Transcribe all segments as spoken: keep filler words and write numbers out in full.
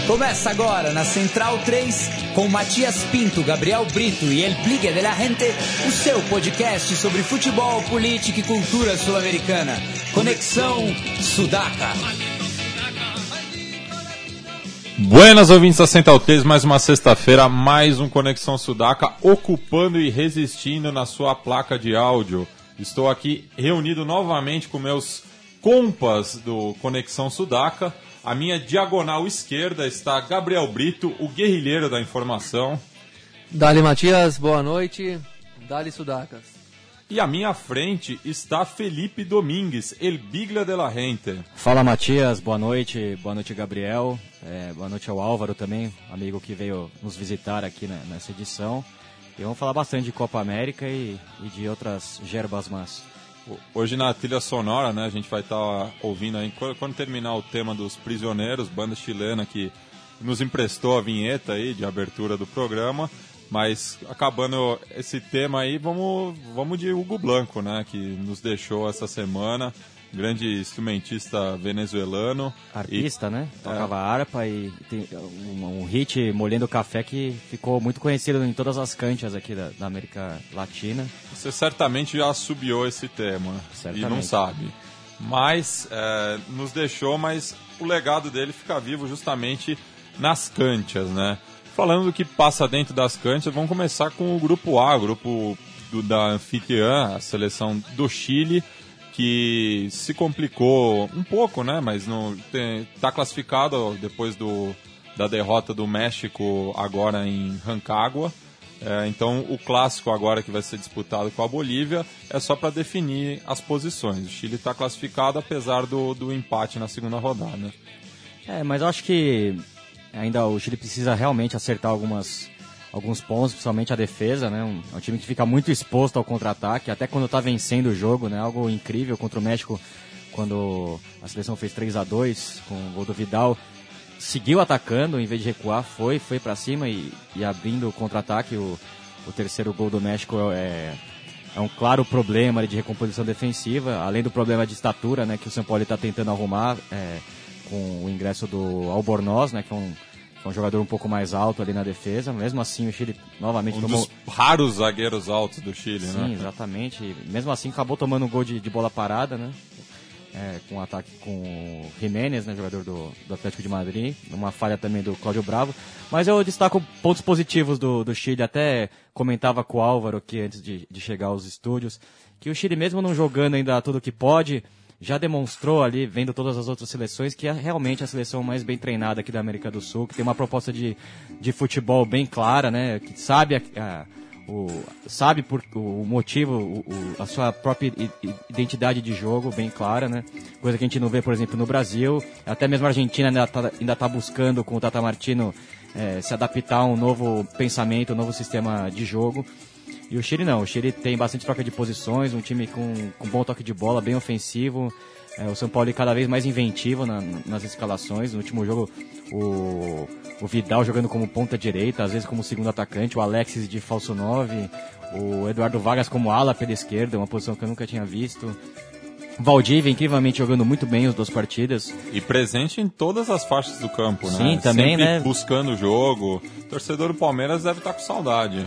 Começa agora na Central três com Matias Pinto, Gabriel Brito e El Pligue de la Gente, o seu podcast sobre futebol, política e cultura sul-americana. Conexão Sudaca. Buenas ouvintes da Central três, mais uma sexta-feira, mais um Conexão Sudaca, ocupando e resistindo na sua placa de áudio. Estou aqui reunido novamente com meus compas do Conexão Sudaca. À minha diagonal esquerda está Gabriel Brito, o guerrilheiro da informação. Dali Matias, boa noite. Dali Sudacas. E à minha frente está Felipe Domingues, El Bigla de la Gente. Fala Matias, boa noite. Boa noite, Gabriel. É, boa noite ao Álvaro também, amigo que veio nos visitar aqui né, nessa edição. E vamos falar bastante de Copa América e, e de outras gerbas más. Hoje na trilha sonora, né, a gente vai estar ouvindo aí, quando terminar o tema dos Prisioneiros, banda chilena que nos emprestou a vinheta aí de abertura do programa, mas acabando esse tema aí, vamos, vamos de Hugo Blanco, né, que nos deixou essa semana, grande instrumentista venezuelano. Artista, e, né? Tocava é, harpa e tem um, um hit, Molhando Café, que ficou muito conhecido em todas as canchas aqui da, da América Latina. Você certamente já assobiou esse tema certamente. E não sabe. Mas é, nos deixou, mas o legado dele fica vivo justamente nas canchas, né? Falando do que passa dentro das canchas, vamos começar com o Grupo A, o grupo do, da anfitriã, a seleção do Chile, que se complicou um pouco, né? Mas está classificado depois do, da derrota do México agora em Rancagua. É, então o clássico agora que vai ser disputado com a Bolívia é só para definir as posições. O Chile está classificado apesar do, do empate na segunda rodada. É, mas eu acho que ainda o Chile precisa realmente acertar algumas... alguns pontos, principalmente a defesa, né? Um, é um time que fica muito exposto ao contra-ataque, até quando está vencendo o jogo, né? Algo incrível contra o México, quando a seleção fez três a dois com o gol do Vidal, seguiu atacando, em vez de recuar, foi, foi para cima e, e abrindo o contra-ataque. O, o terceiro gol do México é, é um claro problema de recomposição defensiva, além do problema de estatura, né? Que o São Paulo está tentando arrumar é, com o ingresso do Albornoz, né? Que é um um jogador um pouco mais alto ali na defesa, mesmo assim o Chile novamente um tomou... dos raros zagueiros altos do Chile, Sim, né? Sim, exatamente, e mesmo assim acabou tomando um gol de, de bola parada, né, é, com um ataque com o Jiménez, né, jogador do, do Atlético de Madrid, uma falha também do Cláudio Bravo, mas eu destaco pontos positivos do, do Chile, até comentava com o Álvaro aqui antes de, de chegar aos estúdios, que o Chile mesmo não jogando ainda tudo o que pode, já demonstrou ali, vendo todas as outras seleções, que é realmente a seleção mais bem treinada aqui da América do Sul, que tem uma proposta de, de futebol bem clara, né? Que sabe, a, a, o, sabe por, o motivo, o, o, a sua própria identidade de jogo bem clara, né? Coisa que a gente não vê, por exemplo, no Brasil. Até mesmo a Argentina ainda está ainda tá buscando, com o Tata Martino, é, se adaptar a um novo pensamento, um novo sistema de jogo. E o Chile não, o Chile tem bastante troca de posições, um time com, com bom toque de bola, bem ofensivo, é, o São Paulo cada vez mais inventivo na, nas escalações. No último jogo o, o Vidal jogando como ponta direita, às vezes como segundo atacante, o Alexis de falso nove, o Eduardo Vargas como ala pela esquerda, uma posição que eu nunca tinha visto. Valdívia incrivelmente jogando muito bem as duas partidas. E presente em todas as faixas do campo, né? Sim, também, sempre né? buscando o jogo. O torcedor do Palmeiras deve estar com saudade.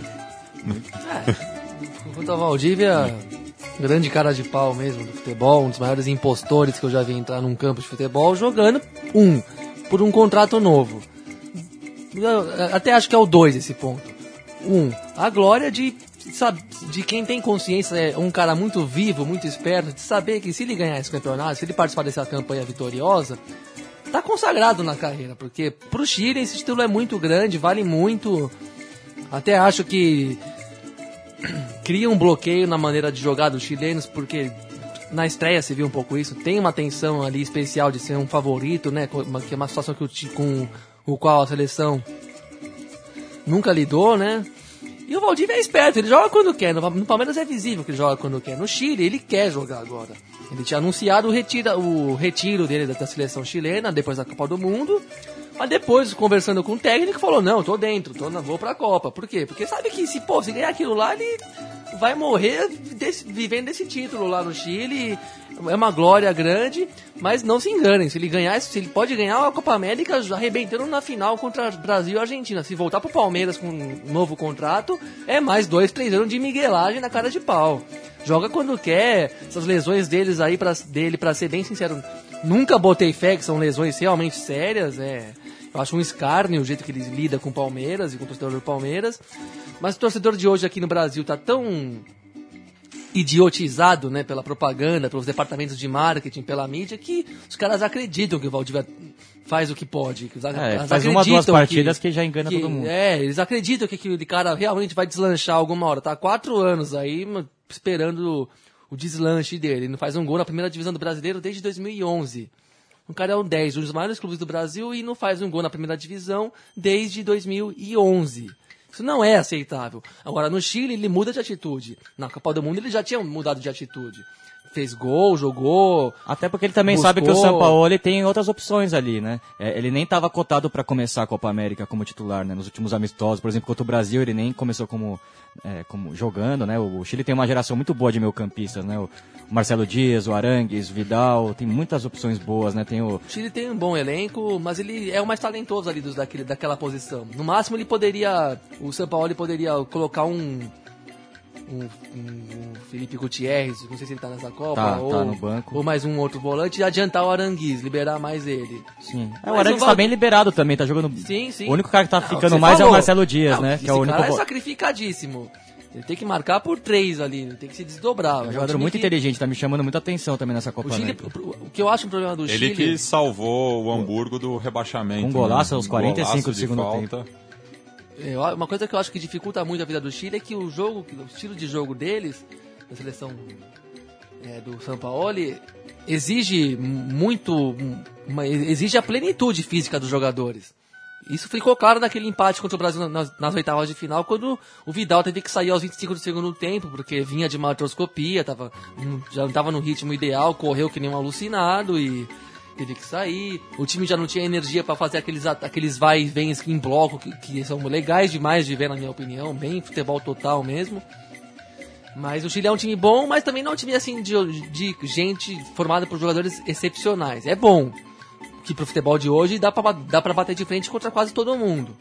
É, quanto a Valdívia, grande cara de pau mesmo do futebol, um dos maiores impostores que eu já vi entrar num campo de futebol, jogando um, por um contrato novo. Eu até acho que é o dois esse ponto. Um, a glória de, sabe, de quem tem consciência, é um cara muito vivo, muito esperto, de saber que se ele ganhar esse campeonato, se ele participar dessa campanha vitoriosa, tá consagrado na carreira, porque pro Chile esse título é muito grande, vale muito. Até acho que cria um bloqueio na maneira de jogar dos chilenos, porque na estreia se viu um pouco isso. Tem uma tensão ali especial de ser um favorito, né? Que é uma situação que o, com o qual a seleção nunca lidou, né? E o Valdívia é esperto, ele joga quando quer. No Palmeiras é visível que ele joga quando quer. No Chile, ele quer jogar agora. Ele tinha anunciado o, retira, o retiro dele da seleção chilena depois da Copa do Mundo. Mas depois, conversando com o técnico, falou, não, tô dentro, tô na, vou pra Copa. Por quê? Porque sabe que se, pô, se ganhar aquilo lá, ele vai morrer desse, vivendo desse título lá no Chile. É uma glória grande, mas não se enganem, se ele ganhar, se ele pode ganhar a Copa América arrebentando na final contra Brasil e Argentina. Se voltar pro Palmeiras com um novo contrato, é mais dois, três anos de miguelagem na cara de pau. Joga quando quer, essas lesões deles aí pra, dele, pra ser bem sincero, nunca botei fé que são lesões realmente sérias, é... Eu acho um escárnio o jeito que ele lida com o Palmeiras e com o torcedor do Palmeiras. Mas o torcedor de hoje aqui no Brasil tá tão idiotizado, né, pela propaganda, pelos departamentos de marketing, pela mídia, que os caras acreditam que o Valdívia faz o que pode. Que os, é, faz uma, duas partidas que, que já engana que, todo mundo. É, eles acreditam que aquele cara realmente vai deslanchar alguma hora. Tá há quatro anos aí esperando o, o deslanche dele. Ele não faz um gol na primeira divisão do Brasileiro desde dois mil e onze. O cara é um dez, um dos maiores clubes do Brasil e não faz um gol na primeira divisão desde dois mil e onze. Isso não é aceitável. Agora, no Chile, ele muda de atitude. Na Copa do Mundo, ele já tinha mudado de atitude. Fez gol, jogou... Até porque ele também buscou... sabe que o Sampaoli tem outras opções ali, né? É, ele nem estava cotado para começar a Copa América como titular, né? Nos últimos amistosos, por exemplo, contra o Brasil, ele nem começou como, é, como jogando, né? O Chile tem uma geração muito boa de meio-campistas, né? O Marcelo Dias, o Arangues, o Vidal, tem muitas opções boas, né? Tem o... o Chile tem um bom elenco, mas ele é o mais talentoso ali dos, daquele, daquela posição. No máximo, ele poderia... O Sampaoli poderia colocar um... Um, um, um Felipe Gutierrez, não sei se ele tá nessa Copa, tá, ou, tá no banco. ou mais um outro volante e adiantar o Aranguiz, liberar mais ele. Sim. É, o Aranguiz tá bem liberado também, tá jogando. Sim, sim. O único cara que tá não, ficando mais falou. é o Marcelo Dias, não, né? Esse que é o único cara é sacrificadíssimo. Ele tem que marcar por três ali, ele tem que se desdobrar. É um jogador muito que... inteligente, tá me chamando muita atenção também nessa Copa. O, Chile, o, o que eu acho um problema do ele Chile... Ele que salvou o Hamburgo do rebaixamento. Um golaço né? aos quarenta e cinco do segundo falta. tempo. Uma coisa que eu acho que dificulta muito a vida do Chile é que o jogo, o estilo de jogo deles, da seleção é, do Sampaoli, exige muito, uma, exige a plenitude física dos jogadores. Isso ficou claro naquele empate contra o Brasil nas, nas oitavas de final, quando o Vidal teve que sair aos vinte e cinco do segundo tempo, porque vinha de uma artroscopia, tava, já não estava no ritmo ideal, correu que nem um alucinado e... teve que sair, o time já não tinha energia para fazer aqueles, aqueles vai e vem em bloco que, que são legais demais de ver, na minha opinião, bem futebol total mesmo. Mas o Chile é um time bom, mas também não é um time assim de, de gente formada por jogadores excepcionais. É bom, que pro futebol de hoje dá pra, dá pra bater de frente contra quase todo mundo.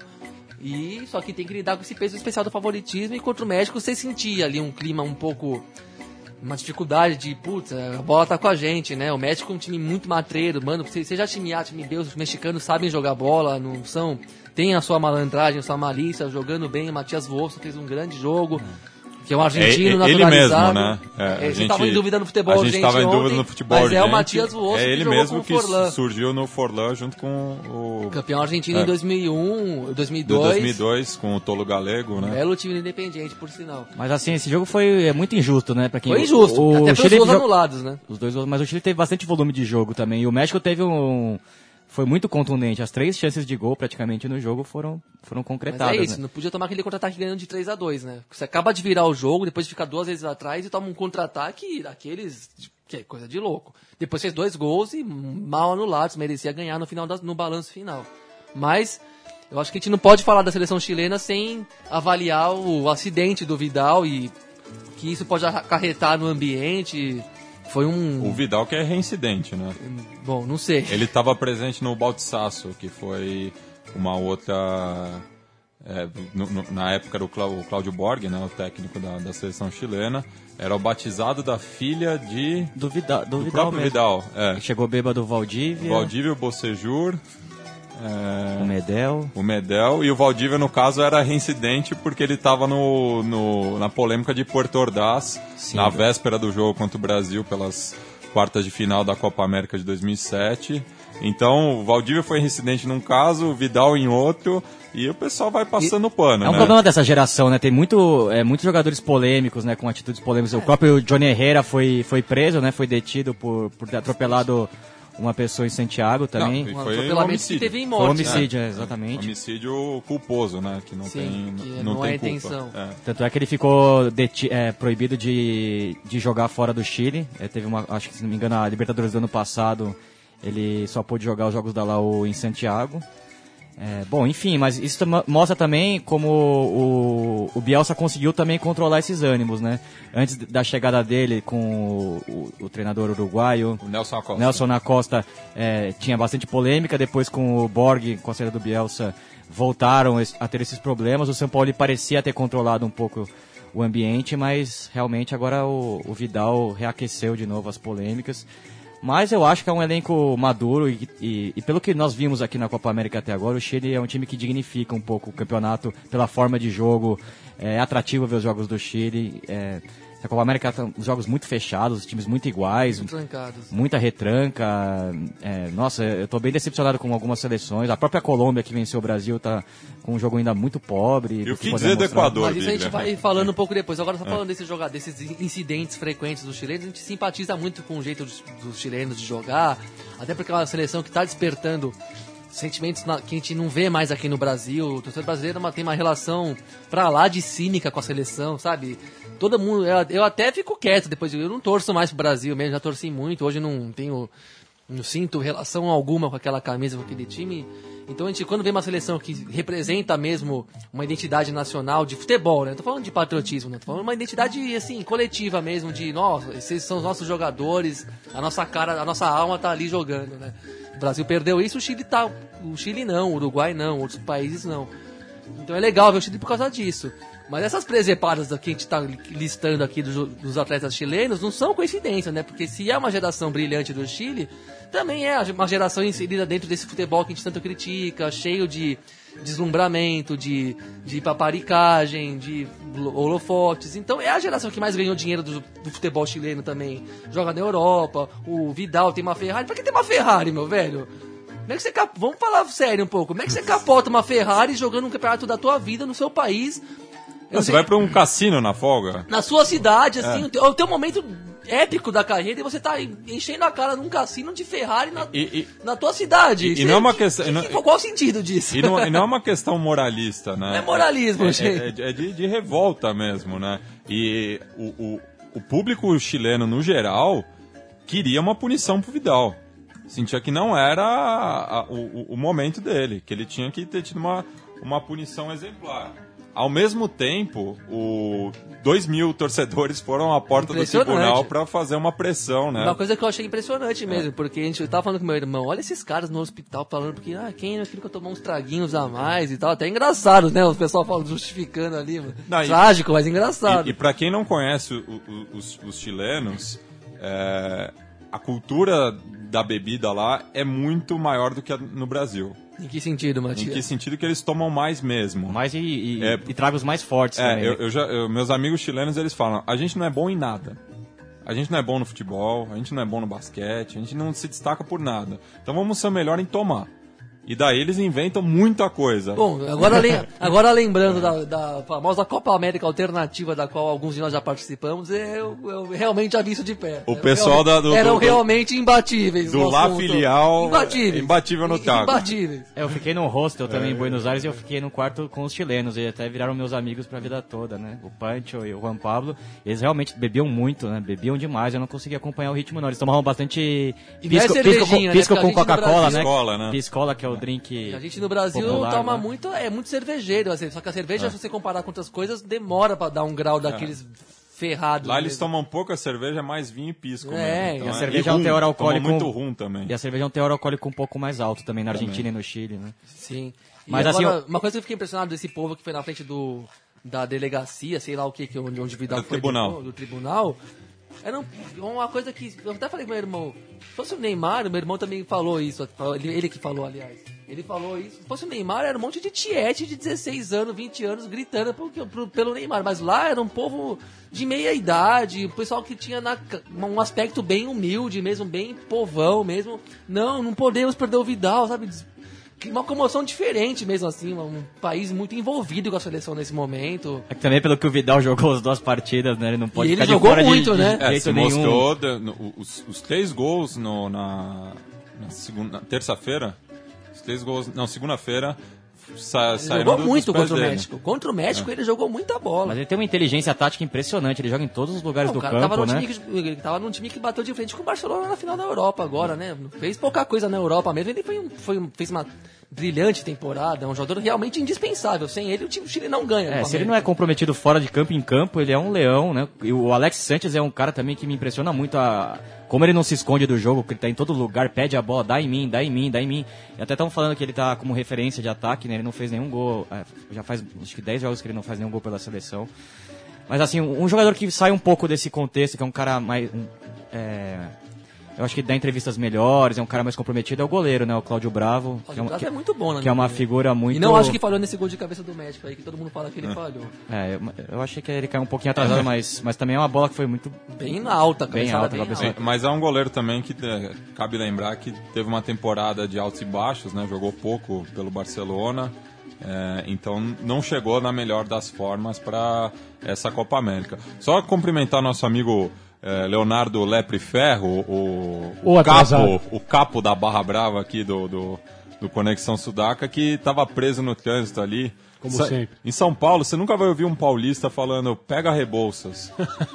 E só que tem que lidar com esse peso especial do favoritismo, e contra o México você sentia ali um clima um pouco... uma dificuldade de, putz, a bola tá com a gente, né? O México é um time muito matreiro, mano. Seja time A, time B, os mexicanos sabem jogar bola, não são... Tem a sua malandragem, a sua malícia, jogando bem. O Matias Wolff fez um grande jogo, que é um argentino é, ele naturalizado. mesmo, né? É, é, a você gente tava em dúvida no futebol A gente urgente tava em dúvida ontem, no futebol mas urgente. é o Matias Wolff é que ele jogou mesmo com o que Forlan. surgiu no Forlan junto com o... Campeão argentino é. em dois mil e um, dois mil e dois. Do dois mil e dois, com o Tolo Galego, né? Belo time independente, por sinal. Mas assim, esse jogo foi é muito injusto, né? Pra quem... Foi injusto, o, até o pelos Chile gols jo... anulados, né? Os dois, mas o Chile teve bastante volume de jogo também. E o México teve um... Foi muito contundente. As três chances de gol praticamente no jogo foram, foram concretadas. Mas é isso, né? Não podia tomar aquele contra-ataque ganhando de três a dois, né? Você acaba de virar o jogo, depois de ficar duas vezes atrás e toma um contra-ataque daqueles... que é coisa de louco. Depois fez dois gols e mal anulados, merecia ganhar no, final da, no balanço final. Mas eu acho que a gente não pode falar da seleção chilena sem avaliar o acidente do Vidal e que isso pode acarretar no ambiente... Foi um... O Vidal que é reincidente, né? Bom, não sei. Ele estava presente no Baltsasso, que foi uma outra... É, no, no, na época do Cláudio Borg, né, o técnico da, da seleção chilena. Era o batizado da filha de... Do, Vida, do, do Vidal próprio mesmo. Vidal. É. Chegou bêbado o Valdívia. Valdívia, o Bocejur... É, o Medel. O Medel. E o Valdívia, no caso, era reincidente porque ele estava no, no, na polêmica de Puerto Ordaz, Sim, na véspera do jogo contra o Brasil, pelas quartas de final da Copa América de dois mil e sete. Então, o Valdívia foi reincidente num caso, o Vidal em outro, e o pessoal vai passando o pano, É um né? problema dessa geração, né? Tem muito, é, muitos jogadores polêmicos, né? Com atitudes polêmicas. O próprio Johnny Herrera foi, foi preso, né? Foi detido por, por ter atropelado... uma pessoa em Santiago também. Não, um foi um homicídio. Teve em morte, morte, foi homicídio, né? é, exatamente. Homicídio culposo, né? Que não Sim, tem, que não não tem é culpa. intenção. É. Tanto é que ele ficou deti- é, proibido de, de jogar fora do Chile. É, teve uma, acho que se não me engano, a Libertadores do ano passado, ele só pôde jogar os jogos da Laú em Santiago. É, bom, enfim, mas isso tam- mostra também como o, o Bielsa conseguiu também controlar esses ânimos, né? Antes da chegada dele com o, o, o treinador uruguaio, O Nelson Acosta. Nelson Acosta, é, tinha bastante polêmica. Depois com o Borg, com a saída do Bielsa, voltaram a ter esses problemas. O São Paulo parecia ter controlado um pouco o ambiente, mas realmente agora o, o Vidal reaqueceu de novo as polêmicas. Mas eu acho que é um elenco maduro e, e, e pelo que nós vimos aqui na Copa América até agora, o Chile é um time que dignifica um pouco o campeonato pela forma de jogo. É atrativo ver os jogos do Chile. É, a Copa América tem os jogos muito fechados, os times muito iguais, Muito trancados. muita retranca. É, nossa, eu tô bem decepcionado com algumas seleções. A própria Colômbia, que venceu o Brasil, tá com um jogo ainda muito pobre. E o que poder dizer do mostrar. Equador, Mas isso a gente Bigler? vai falando um pouco depois. Agora, só falando desses jogadores, desses incidentes frequentes dos chilenos, a gente simpatiza muito com o jeito dos, dos chilenos de jogar, até porque é uma seleção que está despertando sentimentos na- que a gente não vê mais aqui no Brasil. O torcedor brasileiro é uma- tem uma relação pra lá de cínica com a seleção, sabe? Todo mundo, eu, eu até fico quieto depois, eu não torço mais pro Brasil mesmo, já torci muito, hoje não tenho, não sinto relação alguma com aquela camisa, com aquele time. Então a gente, quando vê uma seleção que representa mesmo uma identidade nacional de futebol, né? Não tô falando de patriotismo, não. Tô falando de uma identidade, assim, coletiva mesmo, de, nossa, esses são os nossos jogadores, a nossa cara, a nossa alma tá ali jogando, né? O Brasil perdeu isso, o Chile tá, o Chile não, o Uruguai não, outros países não. Então é legal ver o Chile por causa disso. Mas essas presepadas que a gente está listando aqui dos, dos atletas chilenos não são coincidência, né? Porque se é uma geração brilhante do Chile, também é uma geração inserida dentro desse futebol que a gente tanto critica, cheio de deslumbramento, de, de paparicagem, de holofotes. Então é a geração que mais ganhou dinheiro do, do futebol chileno também. Joga na Europa, o Vidal tem uma Ferrari. Pra que tem uma Ferrari, meu velho? Como é que você cap... Vamos falar sério um pouco. Como é que você capota uma Ferrari jogando um campeonato da tua vida no seu país? Não, você vai pra um cassino na folga? Na sua cidade, assim, o, teu, o teu momento épico da carreira e você tá enchendo a cara num cassino de Ferrari na, E- e- na tua cidade. e Você- não é uma que- questão- que- e não- que- qual o sentido disso? E não, e não é uma questão moralista, né? Não é moralismo, é, gente. É, é, é de, de revolta mesmo, né? E o, o, o público chileno, no geral, queria uma punição pro Vidal. Sentia que não era a- a- o, o momento dele, que ele tinha que ter tido uma, uma punição exemplar. Ao mesmo tempo, o dois mil torcedores foram à porta do Impressionante. tribunal para fazer uma pressão, né? Uma coisa que eu achei impressionante mesmo, porque a gente eu tava falando com meu irmão, olha esses caras no hospital falando porque, ah, quem não queria que eu tomar uns traguinhos a mais e tal, até engraçado, né? O pessoal falando, justificando ali, mano. Não, e- Trágico, mas engraçado. E, e para quem não conhece o- o- os, os chilenos, é, a cultura da bebida lá é muito maior do que a no Brasil. Em que sentido, Em Matias? que sentido que eles tomam mais mesmo. Mais e, e, É. e tragos mais fortes também. É, eu, né? eu já, eu- meus amigos chilenos, eles falam, a gente não é bom em nada. A gente não é bom no futebol, a gente não é bom no basquete, a gente não se destaca por nada. Então vamos ser o melhor em tomar. E daí eles inventam muita coisa. Bom, agora, lem- agora lembrando da, da famosa Copa América Alternativa, da qual alguns de nós já participamos, eu, eu realmente já vi isso de perto. O pessoal da- do- Eram do- do- realmente imbatíveis. do no La assunto. Filial, Imbatíveis. imbatível no taco. Imbatíveis. É, eu fiquei num hostel também em Buenos Aires e eu fiquei no quarto com os chilenos. E até viraram meus amigos pra vida toda, né? O Pancho e o Juan Pablo. Eles realmente bebiam muito, né? Bebiam demais. Eu não conseguia acompanhar o ritmo, não. Eles tomavam bastante E não é pisco, pisco, cervejinha, com, pisco né? com Porque a gente no Coca-Cola, Brasil- né? Piscola, né? Piscola, que é o drink. A gente no Brasil popular, toma né? muito, é muito cervejeiro, assim, só que a cerveja, se você comparar com outras coisas, demora pra dar um grau daqueles ferrados. Lá eles mesmo. tomam pouca cerveja, mais vinho e pisco É, mesmo. e a cerveja é um rum, teor tomam alcoólico- muito rum também. E a cerveja é um teor alcoólico um pouco mais alto também na Argentina e no Chile, né? Sim. E Mas, agora, assim, uma coisa que eu fiquei impressionado desse povo que foi na frente do, da delegacia, sei lá o que, que onde, onde o Vidal Do foi tribunal. Do, do tribunal, era um- uma coisa que, eu até falei com meu irmão, se fosse o Neymar, o meu irmão também falou isso, ele, ele que falou, aliás, ele falou isso, se fosse o Neymar, era um monte de tiete de dezesseis anos, vinte anos, gritando pro, pro, pelo Neymar, mas lá era um povo de meia idade, o pessoal que tinha na, um aspecto bem humilde mesmo, bem povão mesmo, não, não podemos perder o Vidal, sabe, uma comoção diferente mesmo assim, um país muito envolvido com a seleção nesse momento. É que também pelo que o Vidal jogou as duas partidas, né? Ele não pode E ele ficar jogou de fora muito, de, de né? É, jeito se nenhum. mostrou de- no- os, os três gols no- na, na segunda, na terça-feira, os três gols, não, segunda-feira, sa Ele saíram jogou do, muito dos pés contra o dele. México. Contra o México, é. ele jogou muita bola. Mas ele tem uma inteligência tática impressionante, ele joga em todos os lugares Não, do o cara campo, tava né? Time que, ele tava num time que bateu de frente com o Barcelona na final da Europa agora, né? Fez pouca coisa na Europa mesmo, ele foi um, foi um, fez uma brilhante temporada, é um jogador realmente indispensável. Sem ele, o time do Chile não ganha. É, se ele não é comprometido fora de campo e em campo, ele é um leão, né? E o Alex Sanchez é um cara também que me impressiona muito a... Como ele não se esconde do jogo, porque ele tá em todo lugar, pede a bola, dá em mim, dá em mim, dá em mim. E até estão falando que ele tá como referência de ataque, né? Ele não fez nenhum gol, é, já faz acho que dez jogos que ele não faz nenhum gol pela seleção. Mas assim, um jogador que sai um pouco desse contexto, que é um cara mais... Um, é, eu acho que dá entrevistas melhores, é um cara mais comprometido, é o goleiro, né? O Cláudio Bravo. O que é, um, Bravo que, é muito bom, né? Que é uma figura muito... E não acho que falhou nesse gol de cabeça do México aí, que todo mundo fala que ele é. falhou. É, eu, eu achei que ele caiu um pouquinho atrasado, mas, mas também é uma bola que foi muito... Bem alta, bem alta. Bem alta. É, mas é um goleiro também que é, cabe lembrar que teve uma temporada de altos e baixos, né? Jogou pouco pelo Barcelona, é, então não chegou na melhor das formas para essa Copa América. Só cumprimentar nosso amigo é, Leonardo Lepre Ferro, o, o, capo, o capo da Barra Brava aqui do, do, do Conexão Sudaca, que estava preso no trânsito ali. Como Sa sempre. Em São Paulo, você nunca vai ouvir um paulista falando pega Rebouças.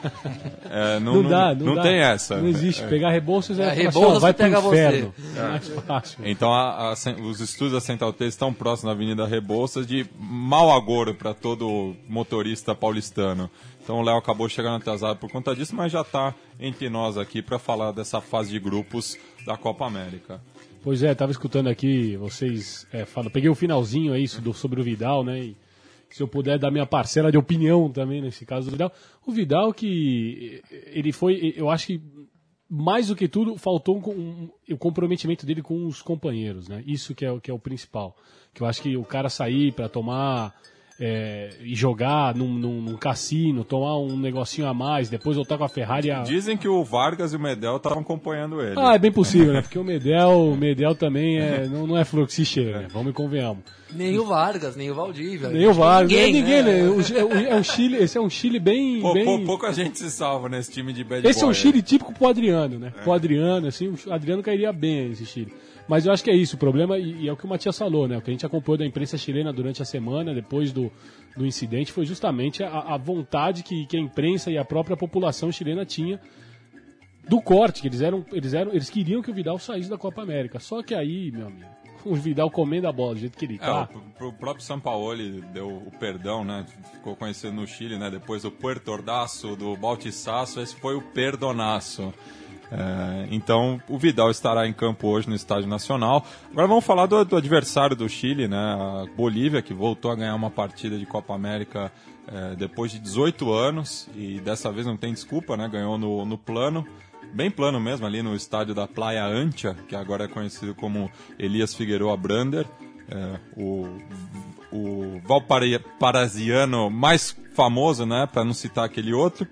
É, não, Não, não dá, não, não dá. tem essa. Não existe. É. Pegar Rebouças é, É, falar Rebouças assim, ó, vai pro pega inferno. você. É mais fácil. Então, a, a, os estúdios da Central três estão próximos da Avenida Rebouças, de mau agouro para todo motorista paulistano. Então, o Léo acabou chegando atrasado por conta disso, mas já está entre nós aqui para falar dessa fase de grupos da Copa América. Pois é, tava escutando aqui vocês é, falam, peguei o finalzinho aí do, sobre o Vidal, né? E se eu puder dar minha parcela de opinião também nesse caso do Vidal. O Vidal que ele foi, eu acho que mais do que tudo faltou um, um, o comprometimento dele com os companheiros, né? Isso que é, que é o principal. Que eu acho que o cara sair para tomar é, e jogar num, num, num cassino, tomar um negocinho a mais, depois voltar com a Ferrari. A... Dizem que o Vargas e o Medel estavam acompanhando ele. Ah, é bem possível, né? Porque o Medel, o Medel também é, não, não é flor que se cheira, né? Vamos e convenhamos. Nem o Vargas, nem o Valdívia. Nem o Vargas, ninguém, nem ninguém, né? né? O- É um Chile, esse é um Chile bem. Pô, bem... pô, pouca gente se salva nesse time de bad Esse é boy. um Chile típico pro Adriano, né? Pro Adriano, assim, o Adriano cairia bem nesse Chile. Mas eu acho que é isso, o problema, e, e é o que o Matias falou, né? O que a gente acompanhou da imprensa chilena durante a semana, depois do, do incidente, foi justamente a, a vontade que, que a imprensa e a própria população chilena tinha do corte, que eles eram, eles eram, eles queriam que o Vidal saísse da Copa América. Só que aí, meu amigo, o Vidal comendo a bola do jeito que ele É, tá. o, o próprio Sampaoli deu o perdão, né? Ficou conhecido no Chile, né? Depois do Puertordaço, do Baltiçaço, esse foi o Perdonaço. É, então, o Vidal estará em campo hoje no Estádio Nacional. Agora vamos falar do, do adversário do Chile, né? A Bolívia, que voltou a ganhar uma partida de Copa América é, depois de dezoito anos, e dessa vez não tem desculpa, né? Ganhou no, no plano. Bem plano mesmo, ali no estádio da Playa Ancha, que agora é conhecido como Elias Figueroa Brander, é, o, o valparaiasiano mais famoso, né, para não citar aquele outro,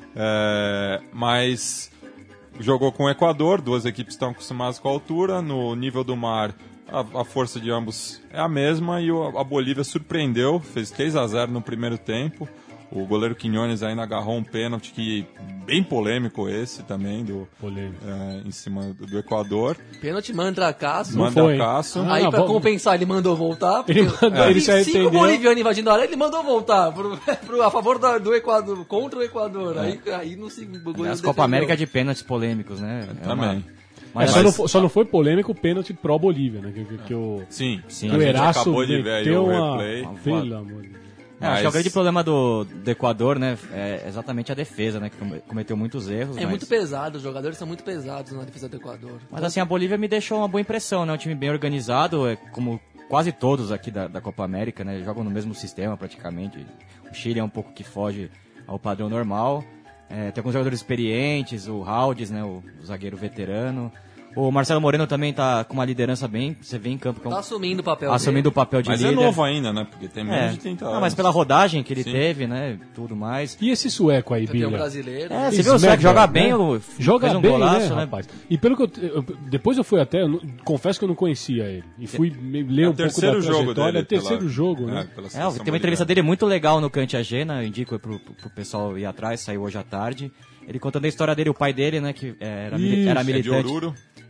é, mas jogou com o Equador, duas equipes estão acostumadas com a altura, no nível do mar a, a força de ambos é a mesma, e o, a Bolívia surpreendeu, fez três a zero no primeiro tempo. O goleiro Quiñones ainda agarrou um pênalti que bem polêmico esse também, do, Polêmico. é, em cima do, do Equador. Pênalti mandracaço. Não foi. Mandracaço. Ah, Aí, pra vamos- compensar, ele mandou voltar. Ele porque- mandou- É. ele se E cinco arrependeu. bolivianos invadindo a área, ele mandou voltar pro, pro, a favor da- do Equador, contra o Equador. Aí, aí não se... o goleiro As Copa defendeu. América de pênaltis polêmicos, né? É uma- Também. Mas Mas, só, não, fo- só não foi polêmico o pênalti pró-Bolívia, né? Que, que, que o, Sim, Sim. que a o gente Eraço acabou de ver aí meteu o uma... replay. Pelo amor de Deus. É, acho que é o Mas- grande problema do, do Equador, né? É exatamente a defesa, né? Que come- cometeu muitos erros. É mas... muito pesado, os jogadores são muito pesados na defesa do Equador. Mas assim, a Bolívia me deixou uma boa impressão, né? Um time bem organizado, é como quase todos aqui da, da Copa América, né? Jogam no mesmo sistema praticamente. O Chile é um pouco que foge ao padrão normal. É, tem alguns jogadores experientes, o Haldes, né? O, o zagueiro veterano. O Marcelo Moreno também tá com uma liderança bem, você vê em campo. Que é um- Tá assumindo o papel assumindo o dele. papel de Mas líder. é novo ainda, né? Porque tem menos É. de trinta Não, anos. mas pela rodagem que ele Sim. teve, né? Tudo mais. E esse sueco aí, Campeão Bilha? brasileiro. É, você viu o Sueco joga bem, o- joga fez um bem, golaço, né, né? rapaz? E pelo que eu, eu- depois eu fui até, eu não- confesso que eu não conhecia ele. E fui me- ler É o um pouco da terceiro jogo trajetória. dele. É o terceiro pela- jogo, é, né? pela É, seleção tem uma entrevista boliviana. dele muito legal no Cante Agena, eu indico pro, pro, pro pessoal ir atrás, saiu hoje à tarde. Ele contando a história dele, o pai dele, né, que era, mili- Isso, era é de É de militante. Oruro.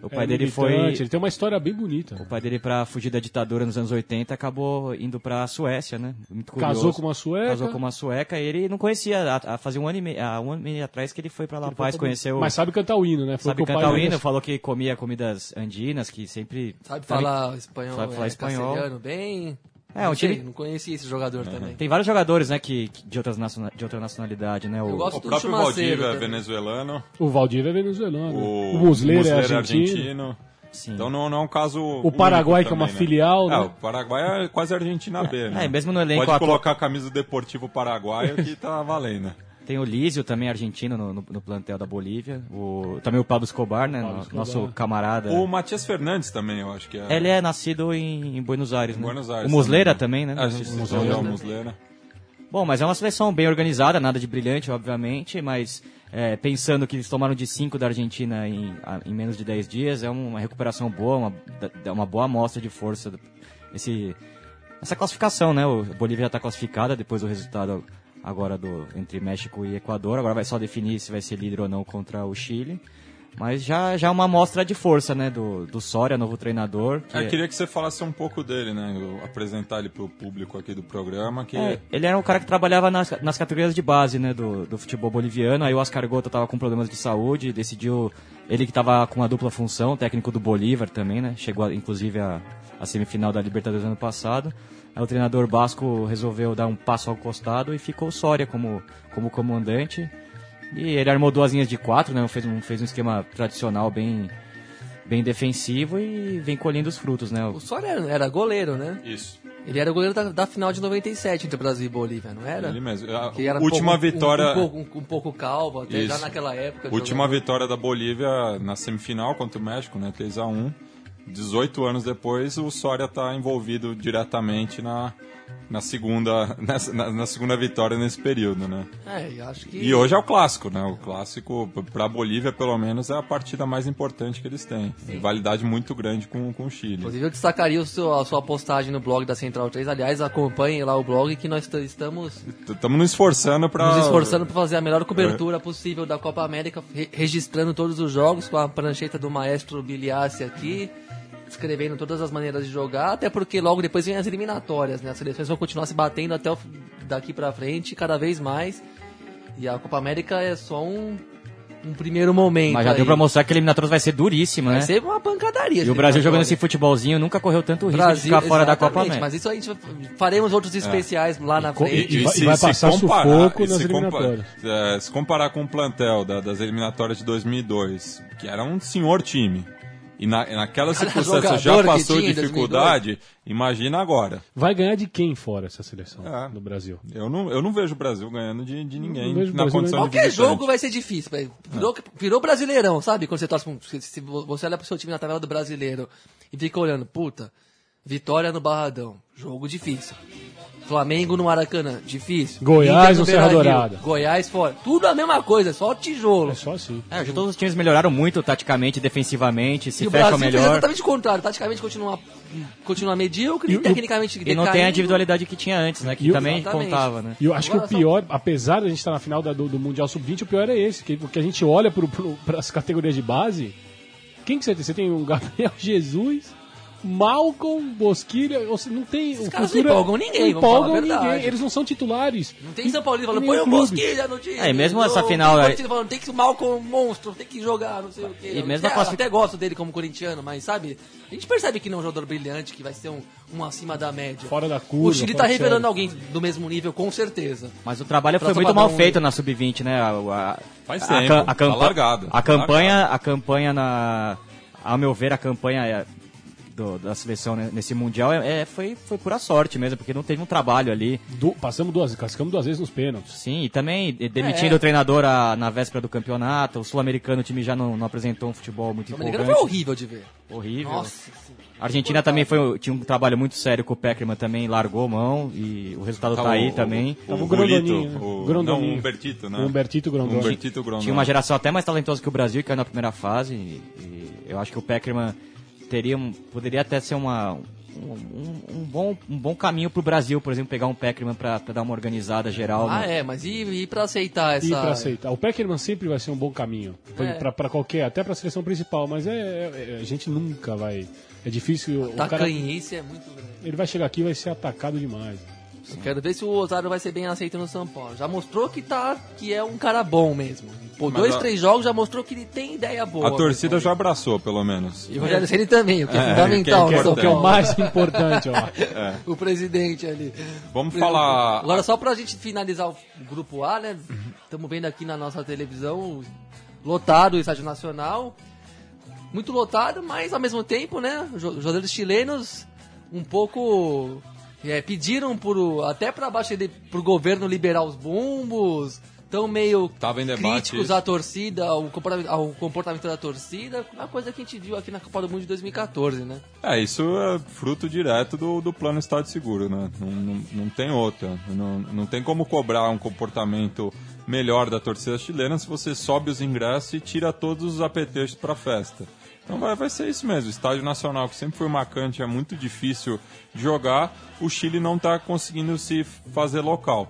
O pai é dele foi... Ele tem uma história bem bonita. O pai dele, pra fugir da ditadura nos anos oitenta, acabou indo pra Suécia, né? Muito curioso. Casou com uma sueca. Casou com uma sueca e ele não conhecia. A, a, fazia um ano, e meio, há um ano e meio atrás que ele foi pra La Paz, conheceu... Mas sabe cantar o hino, né? Foi sabe o cantar o hino, dele... falou que comia comidas andinas, que sempre... Sabe falar espanhol, sabe falar é, espanhol. castelhano bem... É, um não, sei, time... não conhecia esse jogador também. Tem vários jogadores, né, que, que de, outras naciona... de outra nacionalidade, né? O, Eu gosto O do próprio Chumaceiro Valdívia é também. venezuelano. O Valdívia é venezuelano. O, O Muslera é Muslera argentino. Sim. Então não, não é um caso. O Paraguai, único que é uma também, filial, né? né? É, o Paraguai é quase Argentina B, né? É, mesmo no elenco... Pode atu- colocar a camisa do Deportivo Paraguaio que tá valendo. Tem o Lísio, também argentino, no, no, no plantel da Bolívia. O, também o Pablo Escobar, né? Pablo no- Escobar. Nosso camarada. O Matias Fernandes também, eu acho que é. Ele é nascido em, em Buenos Aires, né? Buenos Aires O Muslera também, também, né? A gente Muslera citou já o também. Muslera. Bom, mas é uma seleção bem organizada, nada de brilhante, obviamente, mas é, pensando que eles tomaram de cinco da Argentina em, a- em menos de dez dias, é uma recuperação boa, uma, da- uma boa amostra de força. Esse, essa classificação, né? O Bolívia já está classificada depois do resultado agora do, entre México e Equador. Agora vai só definir se vai ser líder ou não contra o Chile. Mas já, já é uma amostra de força, né? Do, do Soria, novo treinador. Que Eu queria que você falasse um pouco dele, né? Eu apresentar ele pro público aqui do programa. Que... É, ele era um cara que trabalhava nas, nas categorias de base, né, do, do futebol boliviano. Aí o Oscar Gota tava com problemas de saúde, decidiu... Ele que tava com uma dupla função, técnico do Bolívar também, né? Chegou, a, inclusive, a, a semifinal da Libertadores ano passado. Aí o treinador basco resolveu dar um passo ao costado e ficou o Soria como, como comandante. E ele armou duas linhas de quatro, né? Fez um, fez um esquema tradicional bem, bem defensivo e vem colhendo os frutos, né? O Soria era, era goleiro, né? Isso. Ele era goleiro da, da final de noventa e sete entre Brasil e Bolívia, não era? Ele mesmo. A Que era um última pouco- um- vitória. Um, pouco, um, um pouco calvo, até Isso. já naquela época. Última jogador. vitória da Bolívia na semifinal contra o México, né? três a um. dezoito anos depois, o Soria está envolvido diretamente na, na, segunda, nessa- na, na segunda vitória nesse período, né? É, eu acho que... E hoje é o clássico, né? O clássico, para a Bolívia, pelo menos, é a partida mais importante que eles têm. Rivalidade muito grande com, com o Chile. Inclusive eu destacaria o seu, a sua postagem no blog da Central três. Aliás, acompanhem lá o blog que nós t- estamos Estamos nos esforçando para... nos esforçando para fazer a melhor cobertura possível da Copa América, re- registrando todos os jogos com a prancheta do maestro Biliassi aqui, escrevendo todas as maneiras de jogar, até porque logo depois vem as eliminatórias, né? As seleções vão continuar se batendo até o, daqui para frente, cada vez mais. E a Copa América é só um, um primeiro momento. Mas já aí. deu pra mostrar que a eliminatória vai ser duríssima, Vai né? ser uma pancadaria. E o Brasil jogando esse futebolzinho nunca correu tanto risco de ficar fora da Copa América. Mas isso a gente vai- faremos outros especiais lá na co- frente. E vai- vai passar sufoco e nas se compa- eliminatórias. é, se comparar com o plantel da- das eliminatórias de dois mil e dois, que era um senhor time, e na, naquela Cada circunstância já jogador que passou tinha em dificuldade, imagina agora. Vai ganhar de quem fora essa seleção É. do Brasil? Eu não, eu não vejo o Brasil ganhando de, de ninguém Não vejo o na Brasil condição de Qualquer visitante. jogo vai ser difícil, velho. Virou, virou brasileirão, sabe? Quando você torce pra um- se, se você olha pro seu time na tabela do brasileiro e fica olhando, puta, vitória no Barradão, jogo difícil. Flamengo no Maracanã, difícil. Goiás Inter no Serra Beira-Rio, Dourada. Goiás fora. Tudo a mesma coisa, só tijolo. É só assim. É, já todos os times melhoraram muito taticamente, defensivamente, se E o fecham Brasil fez melhor. exatamente o contrário. Taticamente continua, continua medíocre, E o- tecnicamente E não tem a decaindo. individualidade que tinha antes, né? Que E o- também Exatamente. contava, né? E eu acho Agora que o pior, apesar de a gente estar na final da- do, do Mundial sub vinte, o pior é esse. Que, porque a gente olha para as categorias de base. Quem que você tem? Você tem o Gabriel Jesus, Malcolm, Bosquilha. Ou seja, não tem. Esses o caras futuro não é- empolgam ninguém, não vamos falar a empolgam verdade. ninguém. Eles não são titulares. Não tem São Paulo falando, Em põe o nenhum clube. Bosquilha no time. É, e mesmo essa Não, final tem aí- Corinthians falando, tem que o Malcom monstro, tem que jogar, não sei o quê. E mesmo a Eu classific- até gosto dele como corintiano, mas sabe, a gente percebe que não é um jogador brilhante, que vai ser um, um acima da média. Fora da curva. O Chile fora tá de revelando série. alguém do mesmo nível, com certeza. Mas o trabalho foi Próximo muito mal padrão, feito né? na sub vinte, né? A, a, Faz a, tempo, ca- a tá campa- largado, a tá campanha, largado. a campanha na, ao meu ver, a campanha é, do- da seleção né, nesse mundial é, é- foi, foi pura sorte mesmo, porque não teve um trabalho ali. Du- passamos duas, cascamos duas vezes nos pênaltis. Sim, e também eh, demitindo É. o treinador a- na véspera do campeonato. O sul-americano, o time já não, não apresentou um futebol muito O americano empolgante. foi horrível de ver. Horrível. Nossa. A Argentina também foi, tinha um trabalho muito sério com o Peckerman, também largou mão e o resultado Tava tá aí o- também. O, Tava o o Grondoninho, Gurito, né? o, Grondoninho. não, o Humbertito, né? O Humbertito Grondona. Humbertito Grondona. Tinha uma geração até mais talentosa que o Brasil, que caiu na primeira fase. E, e eu acho que o Peckerman teria um, poderia até ser uma, um, um, um bom, um bom caminho pro Brasil, por exemplo, pegar um Pekerman pra, pra dar uma organizada geral. Ah, né? é, mas e, e pra aceitar essa... E pra aceitar. O Pekerman sempre vai ser um bom caminho. É. Pra, pra qualquer, até pra seleção principal, mas é, é- a gente nunca vai... É difícil... O cara, Tacanhice é muito grande. ele vai chegar aqui e vai ser atacado demais. Eu quero ver se o Osório vai ser bem aceito no São Paulo. Já mostrou que, tá, que é um cara bom mesmo. Por Mas dois, a- três jogos já mostrou que ele tem ideia boa. A torcida principalmente. já abraçou, pelo menos. E o Rogério Ceni também, o que é, É, fundamental. que é né? O que é o mais importante, ó. O presidente ali. Vamos O falar- Agora, só pra gente finalizar o grupo A, né? Estamos vendo aqui na nossa televisão, lotado o Estádio Nacional. Muito lotado, mas ao mesmo tempo, né? Os jogadores chilenos um pouco é, pediram por, até para baixo pro governo liberar os bumbos. Estão meio Tava em debate críticos isso. à torcida, ao comportamento, ao comportamento da torcida. Uma coisa que a gente viu aqui na Copa do Mundo de dois mil e quatorze, né? É, isso é fruto direto do, do plano Estado Seguro, né? Não, não, não tem outra. Não, não tem como cobrar um comportamento melhor da torcida chilena se você sobe os ingressos e tira todos os apetrechos para a festa. Então vai, vai ser isso mesmo. O Estádio Nacional, que sempre foi marcante, é muito difícil de jogar, o Chile não está conseguindo se fazer local.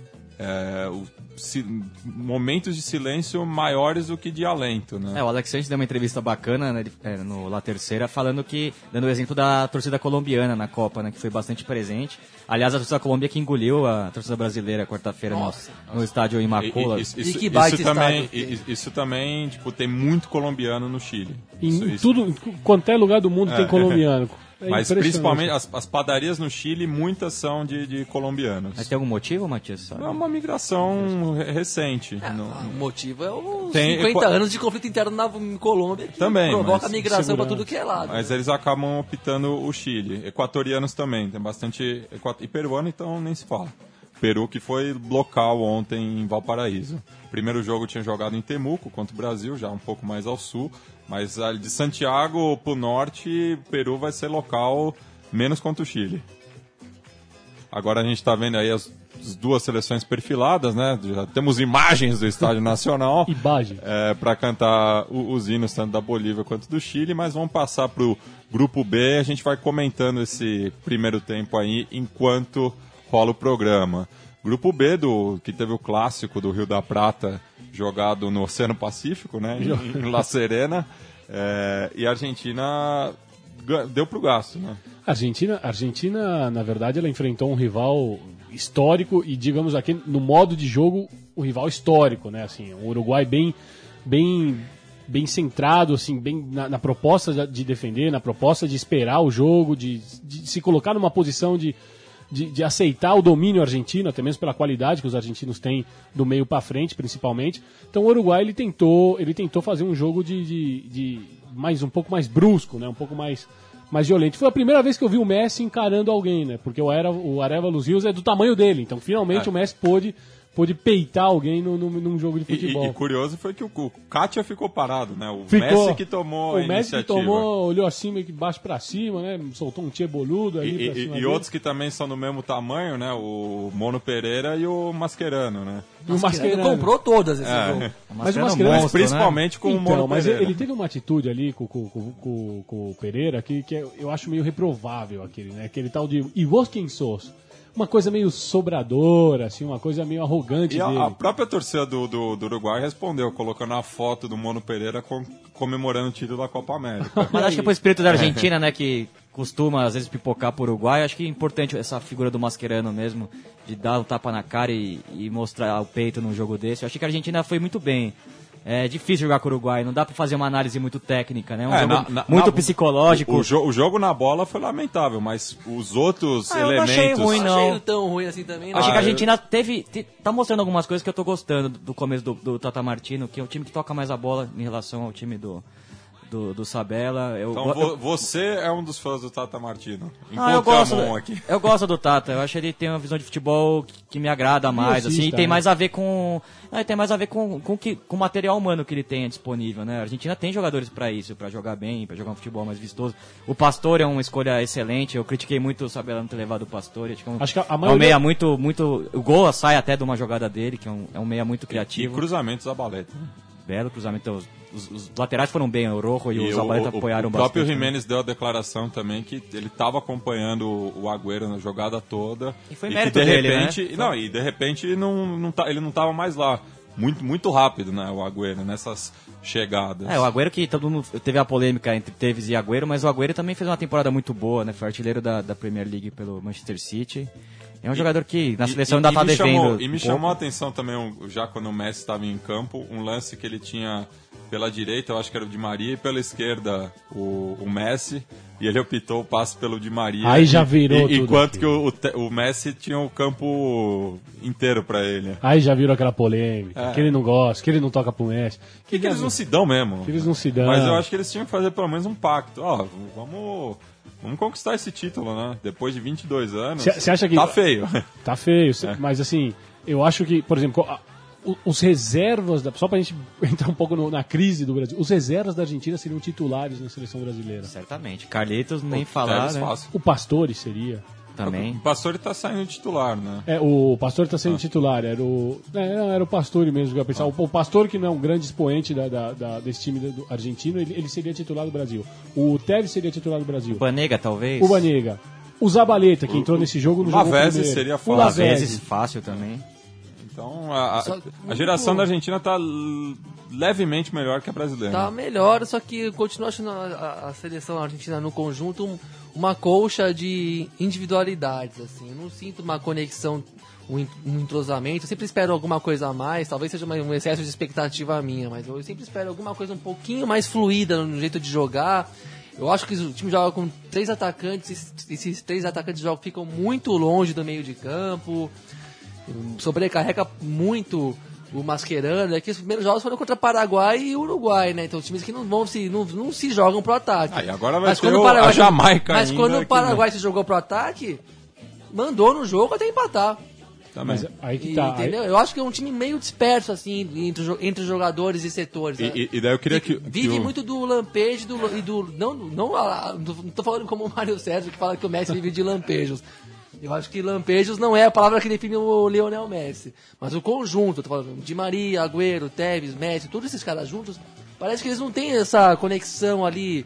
É, o, si, momentos de silêncio maiores do que de alento, né? É, o Alex Sanches deu uma entrevista bacana, né, ele- é, no La Terceira, falando que, dando o exemplo da torcida colombiana na Copa, né, que foi bastante presente. Aliás, a torcida colombiana que engoliu a torcida brasileira quarta-feira no, Nossa. no estádio Immaculata. E- e- Isso, E que isso baita também, estádio. i- isso também, tipo, tem muito colombiano no Chile. Em Isso- isso- tudo, em quanto é lugar do mundo tem colombiano. É Mas impressionante. principalmente as, as padarias no Chile, muitas são de, de colombianos. Mas tem algum motivo, Matias? Sabe? É uma migração re- recente. Não- O motivo é os Tem- cinquenta eu- anos de conflito interno na Colômbia que Também, provoca mas migração pra segurança. tudo que é lado. Mas eles acabam optando o Chile. Equatorianos também, tem bastante. equa- E peruano, então nem se fala. Peru que foi local ontem em Valparaíso. Primeiro jogo tinha jogado em Temuco contra o Brasil, já um pouco mais ao sul. Mas ali de Santiago pro norte, Peru vai ser local menos contra o Chile. Agora a gente está vendo aí as, as duas seleções perfiladas, né? Já temos imagens do Estádio Nacional. Imagem. É, para cantar o- os hinos tanto da Bolívia quanto do Chile, mas vamos passar para o grupo B. A gente vai comentando esse primeiro tempo aí enquanto rola o programa. Grupo B, do, que teve o clássico do Rio da Prata jogado no Oceano Pacífico, né, em, em La Serena, é, e a Argentina ga- deu pro gasto, né? A Argentina, a Argentina, na verdade, ela enfrentou um rival histórico e, digamos aqui, no modo de jogo, um rival histórico, né? Assim, o Uruguai bem, bem, bem centrado, assim, bem na, na proposta de defender, na proposta de esperar o jogo, de, de se colocar numa posição de, de, de aceitar o domínio argentino, até mesmo pela qualidade que os argentinos têm do meio para frente, principalmente. Então o Uruguai ele tentou, ele tentou fazer um jogo de, de, de mais um pouco mais brusco, né? Um pouco mais mais violento. Foi a primeira vez que eu vi o Messi encarando alguém, né? Porque o Arevalo, o Arevalo Rios é do tamanho dele, então finalmente É. o Messi pôde pôde peitar alguém no, no, num jogo de E, futebol. e- e curioso foi que o, o Katia ficou parado, né? O Ficou. Messi que tomou a o Messi que iniciativa. tomou, olhou assim meio que baixo pra cima, né? Soltou um tchê boludo E, ali e- pra cima e dele. outros que também são do mesmo tamanho, né? O Mono Pereira e o Mascherano, né? E o Mascherano comprou comprou todas esse É. jogo. Mas o Mascherano Mascherano- Mas monstro, né? principalmente com o Então, Mono mas Pereira. ele teve uma atitude ali com, com, com, com- com o Pereira que, que eu acho meio reprovável aquele, né? Aquele tal de e vos quem sos? Uma coisa meio sobradora, assim, uma coisa meio arrogante E dele. a, a própria torcida do, do, do Uruguai respondeu, colocando a foto do Mono Pereira com- comemorando o título da Copa América. Mas acho que é pro espírito da Argentina, né, que costuma às vezes pipocar pro Uruguai, acho que é importante essa figura do Mascherano mesmo, de dar um tapa na cara e, e mostrar o peito num jogo desse. Eu achei que a Argentina foi muito bem. É difícil jogar com o Uruguai, não dá pra fazer uma análise muito técnica, né? Um É, jogo na- na- muito na- psicológico. O, o jo- o jogo na bola foi lamentável, mas os outros Ah, eu não elementos... achei ruim, Não não. achei tão ruim assim também. Achei não. que a Ah, eu- Argentina teve, te- tá mostrando algumas coisas que eu tô gostando do, do começo do, do Tata Martino, que é um time que toca mais a bola em relação ao time do, do, do Sabella. Eu, Então eu- vo- você é um dos fãs do Tata Martino. Ah, eu gosto, Contramão aqui. eu gosto do Tata. Eu acho que ele tem uma visão de futebol que, que me agrada mais, assim, e Velocista, tem né? mais a ver com, é, tem mais a ver com, com, que, com o material humano que ele tem disponível, né? A Argentina tem jogadores pra isso, pra jogar bem, pra jogar um futebol mais vistoso. O Pastore é uma escolha excelente. Eu critiquei muito o Sabella não ter levado o Pastore. Acho que é um, Acho que a- a é um maioria- meia muito, muito. O gol sai até de uma jogada dele, que é um, é um meia muito E criativo. cruzamentos a baleta. Belo cruzamento. os, os laterais foram bem, o Rojo e, e o Zabaleta apoiaram o bastante. O próprio Jiménez deu a declaração também que ele estava acompanhando o Agüero na jogada toda. E foi e mérito que de dele, repente, né? Não, e de repente não, não tá, ele não estava mais lá. Muito, muito rápido, né, o Agüero, nessas chegadas. É, o Agüero que todo mundo teve a polêmica entre Tevez e Agüero, mas o Agüero também fez uma temporada muito boa, né? Foi artilheiro da, da Premier League pelo Manchester City. É um e, jogador que na seleção e, ainda está devendo. Chamou, e me um chamou pouco. a atenção também, já quando o Messi estava em campo, um lance que ele tinha pela direita, eu acho que era o Di Maria, e pela esquerda o, o Messi, e ele optou o passe pelo Di Maria. Aí já virou e, tudo. Enquanto que o, o, o Messi tinha o campo inteiro para ele. Aí já virou aquela polêmica, É. que ele não gosta, que ele não toca pro Messi. Que, que eles não se dão mesmo. Que eles não se dão. Mas eu acho que eles tinham que fazer pelo menos um pacto. Ó, vamos... Vamos conquistar esse título, né? Depois de vinte e dois anos. Você acha que... Tá feio. Tá feio, É. mas assim, eu acho que, por exemplo, a- o- os reservas, da, só pra gente entrar um pouco no- na crise do Brasil, os reservas da Argentina seriam titulares na seleção brasileira. Certamente. Carlitos, nem Pô, falar, Tevez né? fácil. O Pastore seria. Também. O Pastore tá saindo titular, né? É, o Pastore tá sendo titular, era o. É, não, era o Pastore mesmo que eu ia pensar. O, o Pastore, que não é um grande expoente da, da- da- desse time do, do argentino, ele, ele seria titular do Brasil. O Tevez seria titular do Brasil. O Banega, talvez. O Banega. O Zabaleta, que entrou nesse jogo no o jogo Lavezzi primeiro. seria O fácil. Às Lavezzi. vezes, fácil também. Então, a, a, Só- a geração muito- da Argentina tá l- levemente melhor que a brasileira. Tá melhor, só que eu continuo achando a, a- a seleção argentina no conjunto um- uma colcha de individualidades, assim. Eu não sinto uma conexão, um, en- um entrosamento. Eu sempre espero alguma coisa a mais, talvez seja uma- um excesso de expectativa minha, mas eu sempre espero alguma coisa um pouquinho mais fluida no jeito de jogar. Eu acho que o time joga com três atacantes, esses, esses três atacantes jogam, ficam muito longe do meio de campo, sobrecarrega muito o Mascherano. É que os primeiros jogos foram contra Paraguai e Uruguai, né? Então os times que não vão se não, não se jogam pro ataque. Ah, e agora vai mas ter quando o- o Paraguai a Jamaica Mas ainda, quando o que Paraguai se jogou pro ataque, mandou no jogo até empatar. Também. Mas aí que E, tá. aí- entendeu? Eu acho que é um time meio disperso assim entre, jo- entre jogadores e setores. E, né? e- e daí eu queria que. Vive que o- muito do lampejo do, e do. Não, não, ah, não tô falando como o Mário Sérgio que fala que o Messi vive de lampejos. Eu acho que lampejos não é a palavra que define o Lionel Messi. Mas o conjunto, eu tô falando Di Maria, Agüero, Tevez, Messi, todos esses caras juntos, parece que eles não têm essa conexão ali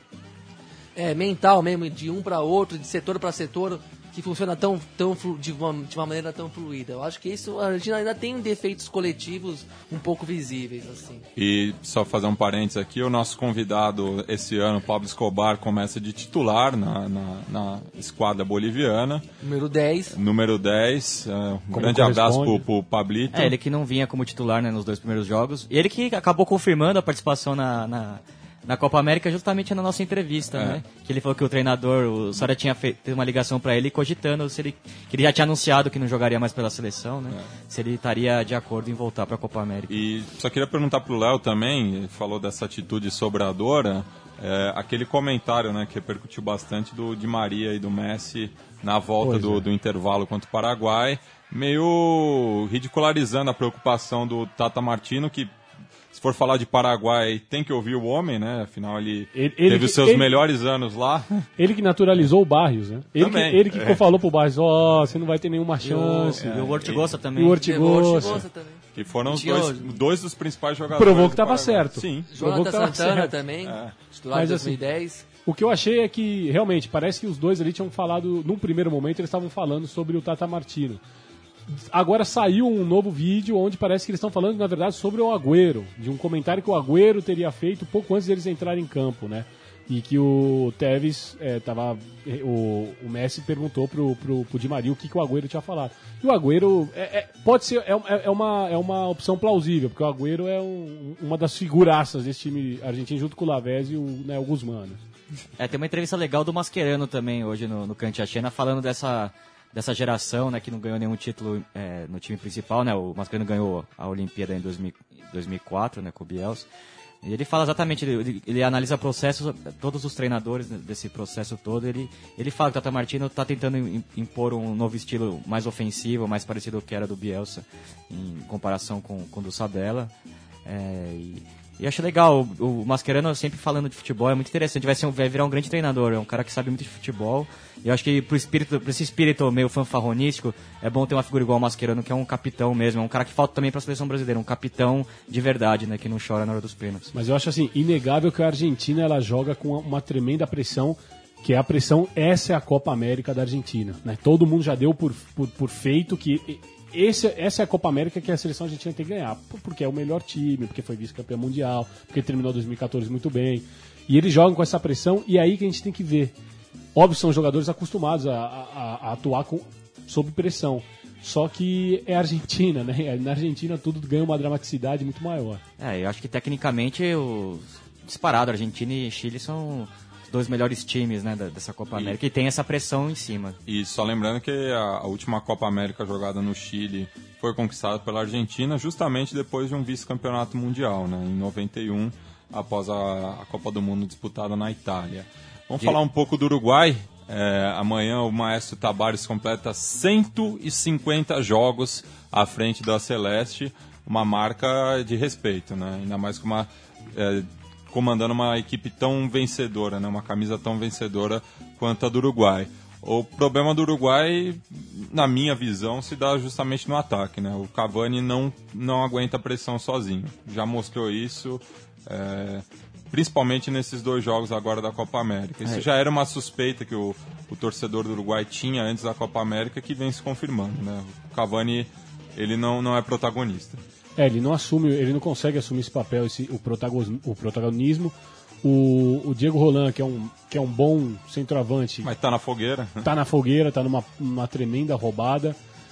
é, mental mesmo, de um para outro, de setor para setor, que funciona tão, tão flu- de, uma, de uma maneira tão fluida. Eu acho que isso, a Argentina ainda tem defeitos coletivos um pouco visíveis, assim. E só fazer um parênteses aqui, o nosso convidado esse ano, Pablo Escobar, começa de titular na, na, na esquadra boliviana. Número dez. Número dez, é, um Como grande abraço corresponde. pro, pro Pablito. É, ele que não vinha como titular, né, nos dois primeiros jogos. E ele que acabou confirmando a participação na, na, na Copa América justamente na nossa entrevista, É. né? Que ele falou que o treinador, o Soria tinha feito uma ligação pra ele cogitando se ele, que ele já tinha anunciado que não jogaria mais pela seleção, né? Se ele estaria de acordo em voltar pra Copa América. E só queria perguntar pro Léo também, ele falou dessa atitude sobradora, é, aquele comentário, né, que repercutiu bastante do Di Maria e do Messi na volta Pois do, é. do intervalo contra o Paraguai, meio ridicularizando a preocupação do Tata Martino, que se for falar de Paraguai tem que ouvir o homem, né, afinal ele, Ele- ele teve que- os seus ele- melhores anos lá. Ele que naturalizou o Barrios, né? Ele que, Também, ele que é. falou pro Barrios, ó, você não vai ter nenhuma chance. E o Ortigosa E também. o Levou o Ortigosa. Ortigosa também. Que foram os Tinha dois, hoje. dois dos principais jogadores. Provou que do tava Paraguai. certo. Sim. Provou que Jonathan tava Santana certo. também, É. titular Mas de assim, dois mil e dez. O que eu achei é que, realmente, parece que os dois ali tinham falado, num primeiro momento, eles estavam falando sobre o Tata Martino. Agora saiu um novo vídeo onde parece que eles estão falando, na verdade, sobre o Agüero, de um comentário que o Agüero teria feito pouco antes deles entrarem em campo, né? E que o Tevez, é, tava, o, o Messi perguntou pro, pro, pro Di Maria o que, que o Agüero tinha falado. E o Agüero, é, é, pode ser, é, é, uma, é uma opção plausível, porque o Agüero é um, uma das figuraças desse time argentino, junto com o Lavezzi e o, né, o Guzmán. Né? É, tem uma entrevista legal do Mascherano também hoje no, no Cantiachena, falando dessa, dessa geração, né, que não ganhou nenhum título é, no time principal, né? O Mascherano ganhou a Olimpíada em dois mil, dois mil e quatro, né, com o Bielsa. E ele fala exatamente, ele, ele analisa processos, todos os treinadores desse processo todo, ele, ele fala que o Tata Martino está tentando im- impor um novo estilo mais ofensivo, mais parecido ao que era do Bielsa, em comparação com, com o do Sabella. É, e, E acho legal, o, o Mascherano sempre falando de futebol, é muito interessante, vai, ser um, vai virar um grande treinador, é um cara que sabe muito de futebol. E eu acho que pro espírito, pra esse espírito meio fanfarronístico, é bom ter uma figura igual o Mascherano, que é um capitão mesmo, é um cara que falta também pra seleção brasileira, um capitão de verdade, né, que não chora na hora dos pênaltis. Mas eu acho assim, inegável que a Argentina ela joga com uma tremenda pressão, que é a pressão, essa é a Copa América da Argentina, né? Todo mundo já deu por, por, por feito que esse, essa é a Copa América que a seleção argentina tem que ganhar, porque é o melhor time, porque foi vice-campeão mundial, porque terminou dois mil e catorze muito bem, e eles jogam com essa pressão, e é aí que a gente tem que ver. Óbvio, são jogadores acostumados a, a, a atuar com, sob pressão, só que é a Argentina, né? Na Argentina tudo ganha uma dramaticidade muito maior. É, eu acho que tecnicamente, o disparado, Argentina e Chile são os dois melhores times, né, dessa Copa América, e, e tem essa pressão em cima. E só lembrando que a, a última Copa América jogada no Chile foi conquistada pela Argentina justamente depois de um vice-campeonato mundial, né, em noventa e um, após a, a Copa do Mundo disputada na Itália. Vamos e... falar um pouco do Uruguai. É, amanhã o Maestro Tabárez completa cento e cinquenta jogos à frente da Celeste, uma marca de respeito, né, ainda mais com uma... É, comandando uma equipe tão vencedora, né? Uma camisa tão vencedora quanto a do Uruguai. O problema do Uruguai, na minha visão, se dá justamente no ataque, né? O Cavani não, não aguenta pressão sozinho. Já mostrou isso, é, principalmente nesses dois jogos agora da Copa América. Isso é. já era uma suspeita que o, o torcedor do Uruguai tinha antes da Copa América, que vem se confirmando, né? O Cavani, ele não, não é protagonista. É, ele não assume, ele não consegue assumir esse papel, esse, o, protagonismo, o protagonismo. O, o Diego Roland, que é, um, que é um bom centroavante... Mas tá na fogueira. Tá na fogueira, tá numa uma tremenda roubada.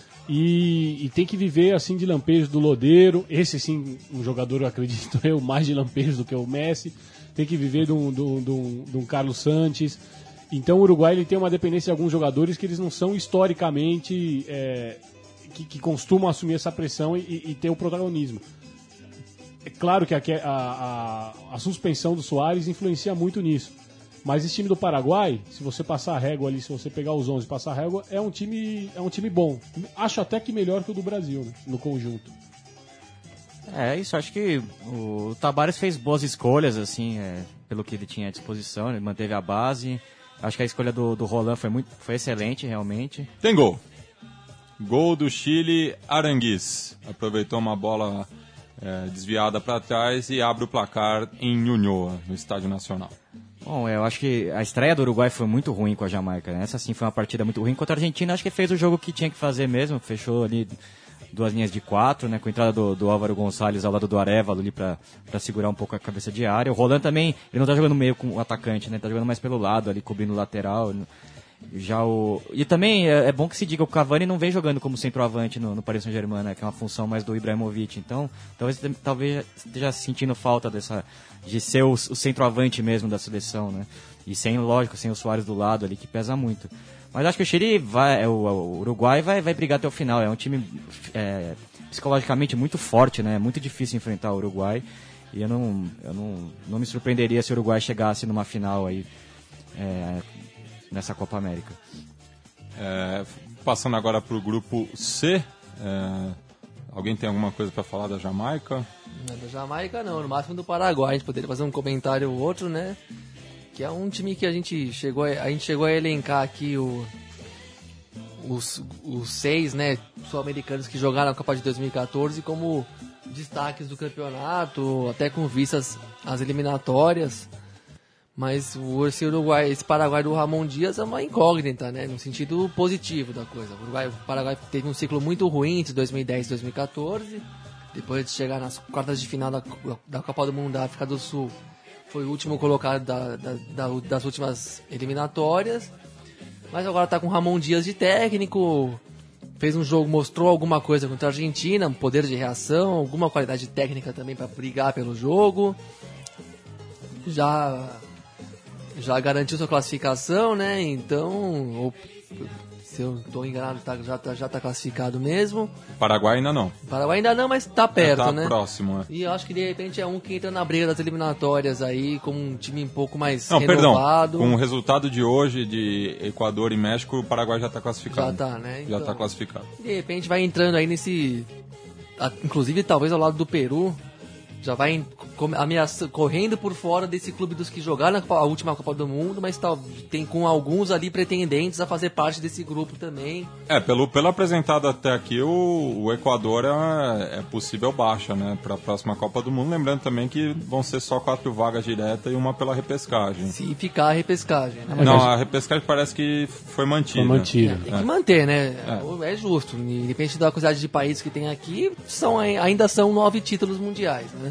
E, e tem que viver, assim, de lampejos do Lodeiro. Esse, sim, um jogador, acredito eu, mais de lampejos do que o Messi. Tem que viver de um, de um, de um, de um Carlos Sanches. Então o Uruguai ele tem uma dependência de alguns jogadores que eles não são historicamente... É, Que, que costumam assumir essa pressão e, e ter o protagonismo. É claro que a, a, a, a suspensão do Suárez influencia muito nisso. Mas esse time do Paraguai, se você passar a régua ali, se você pegar os onze e passar a régua, é um time, é um time bom. Acho até que melhor que o do Brasil, né, no conjunto. É, isso, acho que o Tabárez fez boas escolhas, assim, é, pelo que ele tinha à disposição, ele manteve a base. Acho que a escolha do, do Roland foi, muito, foi excelente, realmente. Tem gol. Gol do Chile, Aranguiz. Aproveitou uma bola é, desviada para trás e abre o placar em Ñuñoa, no Estádio Nacional. Bom, eu acho que a estreia do Uruguai foi muito ruim com a Jamaica, né? Essa sim foi uma partida muito ruim. Contra a Argentina, acho que fez o jogo que tinha que fazer mesmo. Fechou ali duas linhas de quatro, né? Com a entrada do, do Álvaro Gonçalves ao lado do Arévalo ali para segurar um pouco a cabeça de área. O Roland também, ele não tá jogando meio com o atacante, né? Tá jogando mais pelo lado ali, cobrindo o lateral. Já o... E também é, é bom que se diga que o Cavani não vem jogando como centroavante no, no Paris Saint-Germain, né, que é uma função mais do Ibrahimovic. Então, talvez, talvez esteja sentindo falta dessa, de ser o, o centroavante mesmo da seleção, né? E sem, lógico, sem o Suárez do lado ali, que pesa muito. Mas acho que o Chile vai, o, o Uruguai vai, vai brigar até o final. É um time é, psicologicamente muito forte, né? É muito difícil enfrentar o Uruguai. E eu não, eu não, não me surpreenderia se o Uruguai chegasse numa final aí. É, nessa Copa América. É, passando agora para o grupo C, é, alguém tem alguma coisa para falar da Jamaica? Não, da Jamaica não, no máximo do Paraguai. A gente poderia fazer um comentário ou outro, né? Que é um time que a gente chegou a, a, gente chegou a elencar aqui o, os, os seis, né, sul-americanos que jogaram a Copa de dois mil e catorze como destaques do campeonato, até com vistas às eliminatórias. Mas o, esse, Uruguai, esse Paraguai do Ramon Dias é uma incógnita, né? No sentido positivo da coisa. O, Uruguai, o Paraguai teve um ciclo muito ruim entre dois mil e dez e dois mil e catorze. Depois de chegar nas quartas de final da, da Copa do Mundo da África do Sul, foi o último colocado da, da, da, das últimas eliminatórias. Mas agora está com o Ramon Dias de técnico. Fez um jogo, mostrou alguma coisa contra a Argentina, um poder de reação, alguma qualidade técnica também para brigar pelo jogo. Já... Já garantiu sua classificação, né? Então, ou, se eu estou enganado, tá, já está já tá classificado mesmo. Paraguai ainda não. Paraguai ainda não, mas está perto, tá né? Próximo, é. E eu acho que de repente é um que entra na briga das eliminatórias aí, com um time um pouco mais não, renovado. Perdão, com o resultado de hoje de Equador e México, o Paraguai já está classificado. Já está, né? Então, já está classificado. De repente vai entrando aí nesse... Inclusive, talvez ao lado do Peru, já vai ameaça, correndo por fora desse clube dos que jogaram a última Copa do Mundo, mas tá, tem com alguns ali pretendentes a fazer parte desse grupo também. É, pelo, pelo apresentado até aqui, o, o Equador é, é possível baixa, né, para a próxima Copa do Mundo. Lembrando também que vão ser só quatro vagas diretas e uma pela repescagem. Se ficar a repescagem. Né? Não, a repescagem parece que foi mantida. Foi mantida. É, tem que manter, né? É, é justo. Independente da quantidade de países que tem aqui, são, ainda são nove títulos mundiais, né?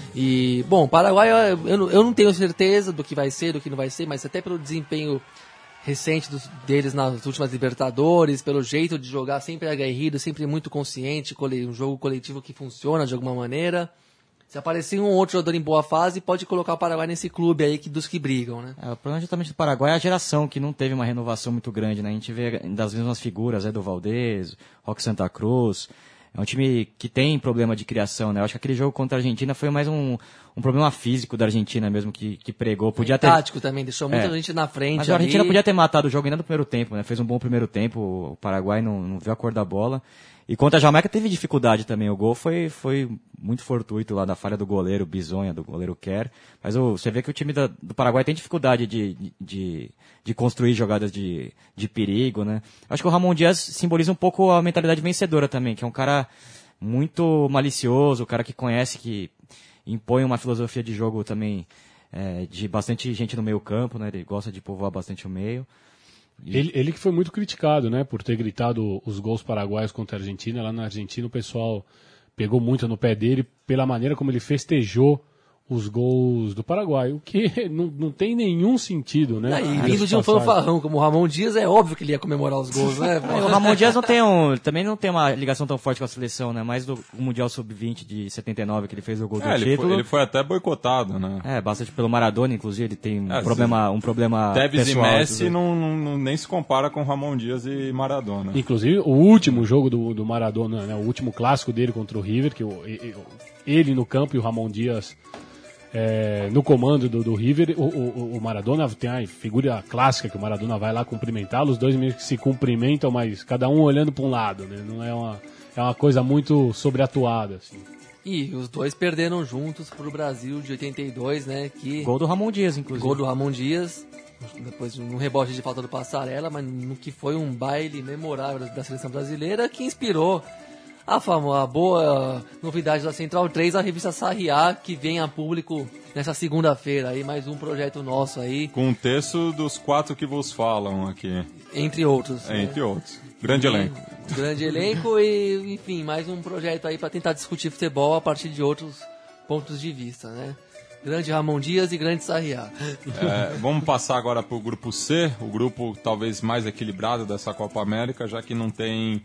E, bom, Paraguai, eu, não- eu não tenho certeza do que vai ser, do que não vai ser, mas até pelo desempenho recente dos- deles nas últimas Libertadores, pelo jeito de jogar sempre aguerrido, sempre muito consciente, cole- um jogo coletivo que funciona de alguma maneira. Se aparecer um outro jogador em boa fase, pode colocar o Paraguai nesse clube aí que, dos que brigam, né? É, o problema justamente do Paraguai é a geração, que não teve uma renovação muito grande, né? A gente vê das mesmas figuras, Edu Valdez, Roque Santa Cruz. É um time que tem problema de criação, né? Eu acho que aquele jogo contra a Argentina foi mais um, um problema físico da Argentina mesmo, que, que pregou. Podia ter... Tático também, deixou muita É. gente na frente. Mas a Argentina ali. podia ter matado o jogo ainda no primeiro tempo, né? Fez um bom primeiro tempo, o Paraguai não, não viu a cor da bola. E contra a Jamaica teve dificuldade também. O gol foi, foi muito fortuito lá da falha do goleiro, Bizonha, do goleiro Kerr. Mas o, você vê que o time da, do Paraguai tem dificuldade de, de, de construir jogadas de, de perigo, né? Acho que o Ramon Dias simboliza um pouco a mentalidade vencedora também, que é um cara muito malicioso, um cara que conhece, que impõe uma filosofia de jogo também é, de bastante gente no meio campo, né? Ele gosta de povoar bastante o meio. Ele, ele que foi muito criticado, né, por ter gritado os gols paraguaios contra a Argentina. Lá na Argentina o pessoal pegou muito no pé dele pela maneira como ele festejou os gols do Paraguai, o que não, não tem nenhum sentido, né? Ah, e Nessa vindo de um passagem. fanfarrão como o Ramon Dias, é óbvio que ele ia comemorar os gols, né? É, o Ramon Dias não tem um, também não tem uma ligação tão forte com a seleção, né? Mais do Mundial sub vinte de setenta e nove que ele fez o gol do É, ele, título. foi, ele foi até boicotado, né? É, bastante pelo Maradona, inclusive, ele tem um É, problema, um problema Tevez e pessoal. Messi tudo. não, não- não- nem se compara com Ramon Dias e Maradona. Inclusive, o último jogo do, do Maradona, né, o último clássico dele contra o River, que o- e- e- ele no campo e o Ramon Dias é, no comando do, do River, o, o- o Maradona tem a figura clássica que o Maradona vai lá cumprimentá-lo, os dois meio que se cumprimentam, mas cada um olhando para um lado, né? Não é uma, é uma coisa muito sobreatuada, assim. E os dois perderam juntos pro Brasil de oitenta e dois, né? Que Gol do Ramon Dias, inclusive. gol do Ramon Dias, depois de um rebote de falta do Passarella, mas no que foi um baile memorável da seleção brasileira que inspirou a, fama, a boa novidade da Central três, a revista Sarriá, que vem a público nessa segunda-feira. Aí mais um projeto nosso aí, Com um terço dos quatro que vos falam aqui, entre outros. né? entre outros. Grande elenco. Grande elenco e, enfim, mais um projeto aí para tentar discutir futebol a partir de outros pontos de vista, né? Grande Ramon Dias e grande Sarriá. É, vamos passar agora para o grupo C, o grupo talvez mais equilibrado dessa Copa América, já que não tem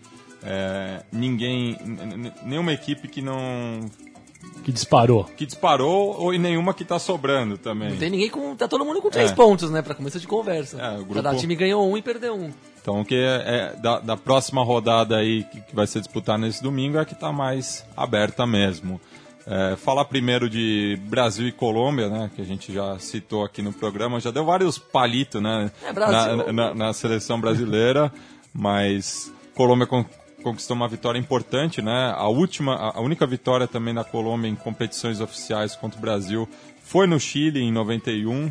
é, ninguém, n- n- nenhuma equipe que não Que disparou. que disparou ou e nenhuma que está sobrando também. Não tem ninguém com. Tá todo mundo com três É. pontos, né? Pra começo de conversa. É, o grupo- Cada time ganhou um e perdeu um. Então, o que é, é da, da próxima rodada aí que, que vai ser disputada nesse domingo é que está mais aberta mesmo. É, falar primeiro de Brasil e Colômbia, né, que a gente já citou aqui no programa, já deu vários palitos, né, É, Brasil. na, na- na seleção brasileira, mas Colômbia con- conquistou uma vitória importante, né, a última, a a única vitória também da Colômbia em competições oficiais contra o Brasil foi no Chile em noventa e um.